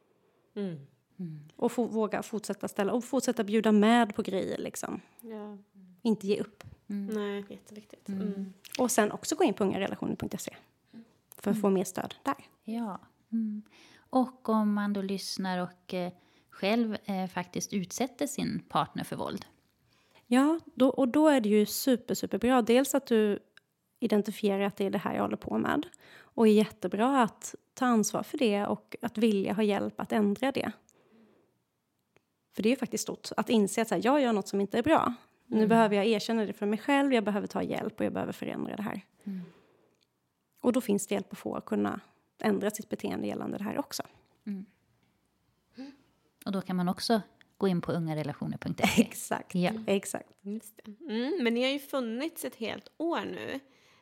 Och våga fortsätta ställa. Och fortsätta bjuda med på grejer liksom. Ja. Inte ge upp. Nej, jätteviktigt. Och sen också gå in på ungarelationer.se. För att få mer stöd där. Ja. Och om man då lyssnar och själv faktiskt utsätter sin partner för våld. Ja, då är det ju superbra. Dels att du identifierar att det är det här jag håller på med. Och är jättebra att ta ansvar för det och att vilja ha hjälp att ändra det. För det är ju faktiskt stort att inse att så här, jag gör något som inte är bra. Nu behöver jag erkänna det för mig själv. Jag behöver ta hjälp och jag behöver förändra det här. Och då finns det hjälp att få att kunna ändra sitt beteende gällande det här också. Och då kan man också gå in på ungarelationer.se. Exakt, Ja. exakt. Just det. Men ni har ju funnits ett helt år nu.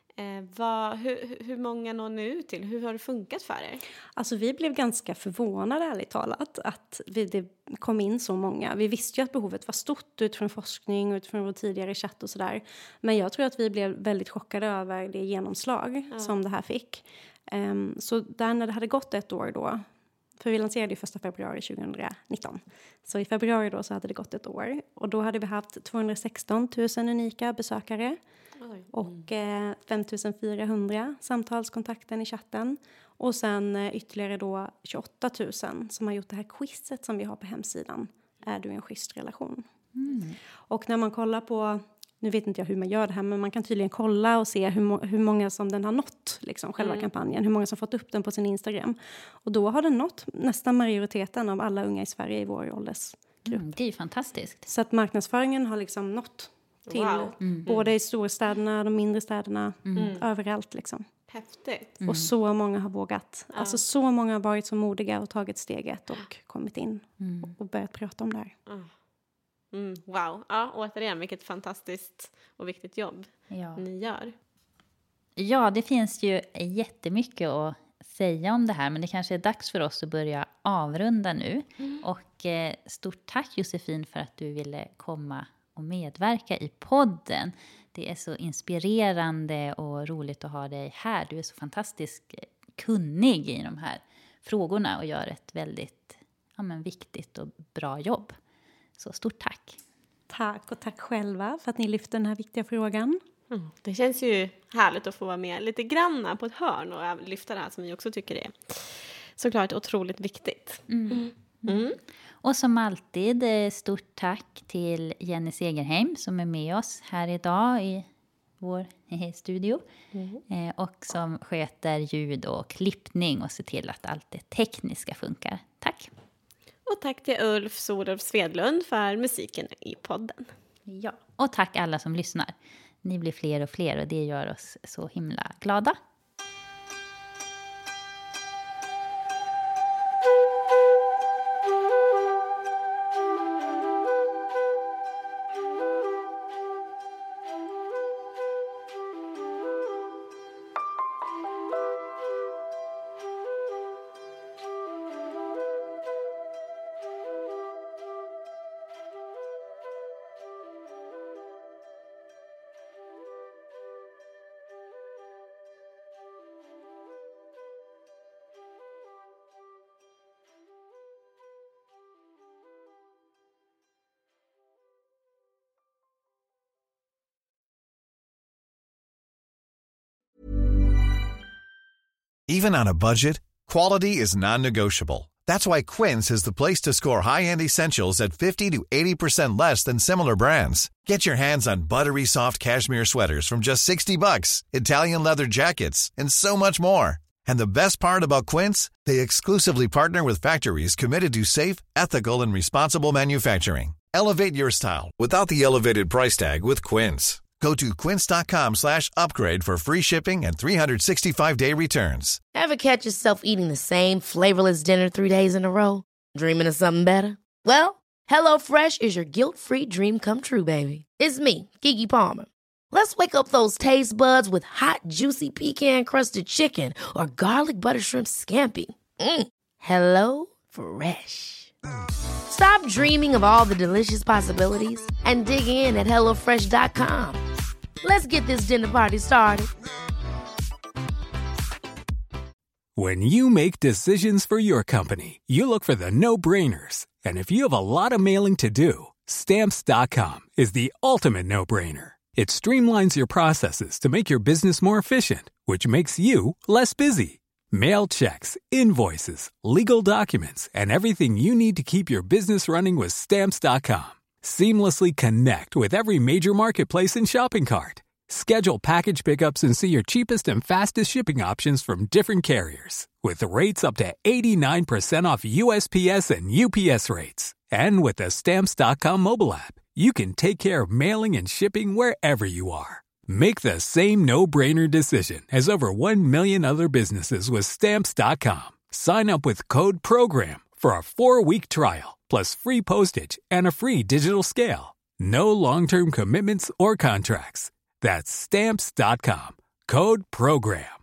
Hur många når ni ut till? Hur har det funkat för er? Alltså vi blev ganska förvånade, ärligt talat, att det kom in så många. Vi visste ju att behovet var stort utifrån forskning och utifrån vår tidigare chatt och sådär. Men jag tror att vi blev väldigt chockade över det genomslag som det här fick. Så där när det hade gått ett år då, för vi lanserade ju 1 februari 2019. Så i februari då så hade det gått ett år. Och då hade vi haft 216 000 unika besökare. Och 5 400 samtalskontakten i chatten. Och sen ytterligare då 28 000 som har gjort det här quizet som vi har på hemsidan. Är du en schysst relation? Och när man kollar på, nu vet inte jag hur man gör det här, men man kan tydligen kolla och se hur många som den har nått, liksom, själva kampanjen. Hur många som fått upp den på sin Instagram. Och då har den nått nästan majoriteten av alla unga i Sverige i vår åldersgrupp. Det är ju fantastiskt. Så att marknadsföringen har liksom nått till både i storstäderna, de mindre städerna, överallt liksom. Häftigt. Och så många har vågat. Alltså så många har varit så modiga och tagit steget och kommit in och börjat prata om det här. Wow. Ja, återigen, vilket fantastiskt och viktigt jobb ni gör. Ja, det finns ju jättemycket att säga om det här, men det kanske är dags för oss att börja avrunda nu. Och stort tack Josefin för att du ville komma och medverka i podden. Det är så inspirerande och roligt att ha dig här. Du är så fantastiskt kunnig i de här frågorna och gör ett väldigt viktigt och bra jobb. Så stort tack. Tack, och tack själva för att ni lyfter den här viktiga frågan. Det känns ju härligt att få vara med lite granna på ett hörn och lyfta det här som vi också tycker är såklart otroligt viktigt. Och som alltid, stort tack till Jenny Segerheim som är med oss här idag i vår studio. Och som sköter ljud och klippning och ser till att allt det tekniska funkar. Tack! Och tack till Ulf Sololf Svedlund för musiken i podden. Ja, och tack alla som lyssnar. Ni blir fler och fler och det gör oss så himla glada. Even on a budget, quality is non-negotiable. That's why Quince is the place to score high-end essentials at 50 to 80% less than similar brands. Get your hands on buttery soft cashmere sweaters from just $60, Italian leather jackets, and so much more. And the best part about Quince, they exclusively partner with factories committed to safe, ethical, and responsible manufacturing. Elevate your style without the elevated price tag with Quince. Go to quince.com/upgrade for free shipping and 365-day returns. Ever catch yourself eating the same flavorless dinner 3 days in a row? Dreaming of something better? Well, HelloFresh is your guilt-free dream come true, baby. It's me, Keke Palmer. Let's wake up those taste buds with hot, juicy pecan-crusted chicken or garlic butter shrimp scampi. Hello Fresh. Stop dreaming of all the delicious possibilities and dig in at HelloFresh.com. Let's get this dinner party started. When you make decisions for your company, you look for the no-brainers. And if you have a lot of mailing to do, Stamps.com is the ultimate no-brainer. It streamlines your processes to make your business more efficient, which makes you less busy. Mail checks, invoices, legal documents, and everything you need to keep your business running with Stamps.com. Seamlessly connect with every major marketplace and shopping cart. Schedule package pickups and see your cheapest and fastest shipping options from different carriers. With rates up to 89% off USPS and UPS rates. And with the Stamps.com mobile app, you can take care of mailing and shipping wherever you are. Make the same no-brainer decision as over 1 million other businesses with Stamps.com. Sign up with code PROGRAM for a 4-week trial, plus free postage and a free digital scale. No long-term commitments or contracts. That's Stamps.com. Code PROGRAM.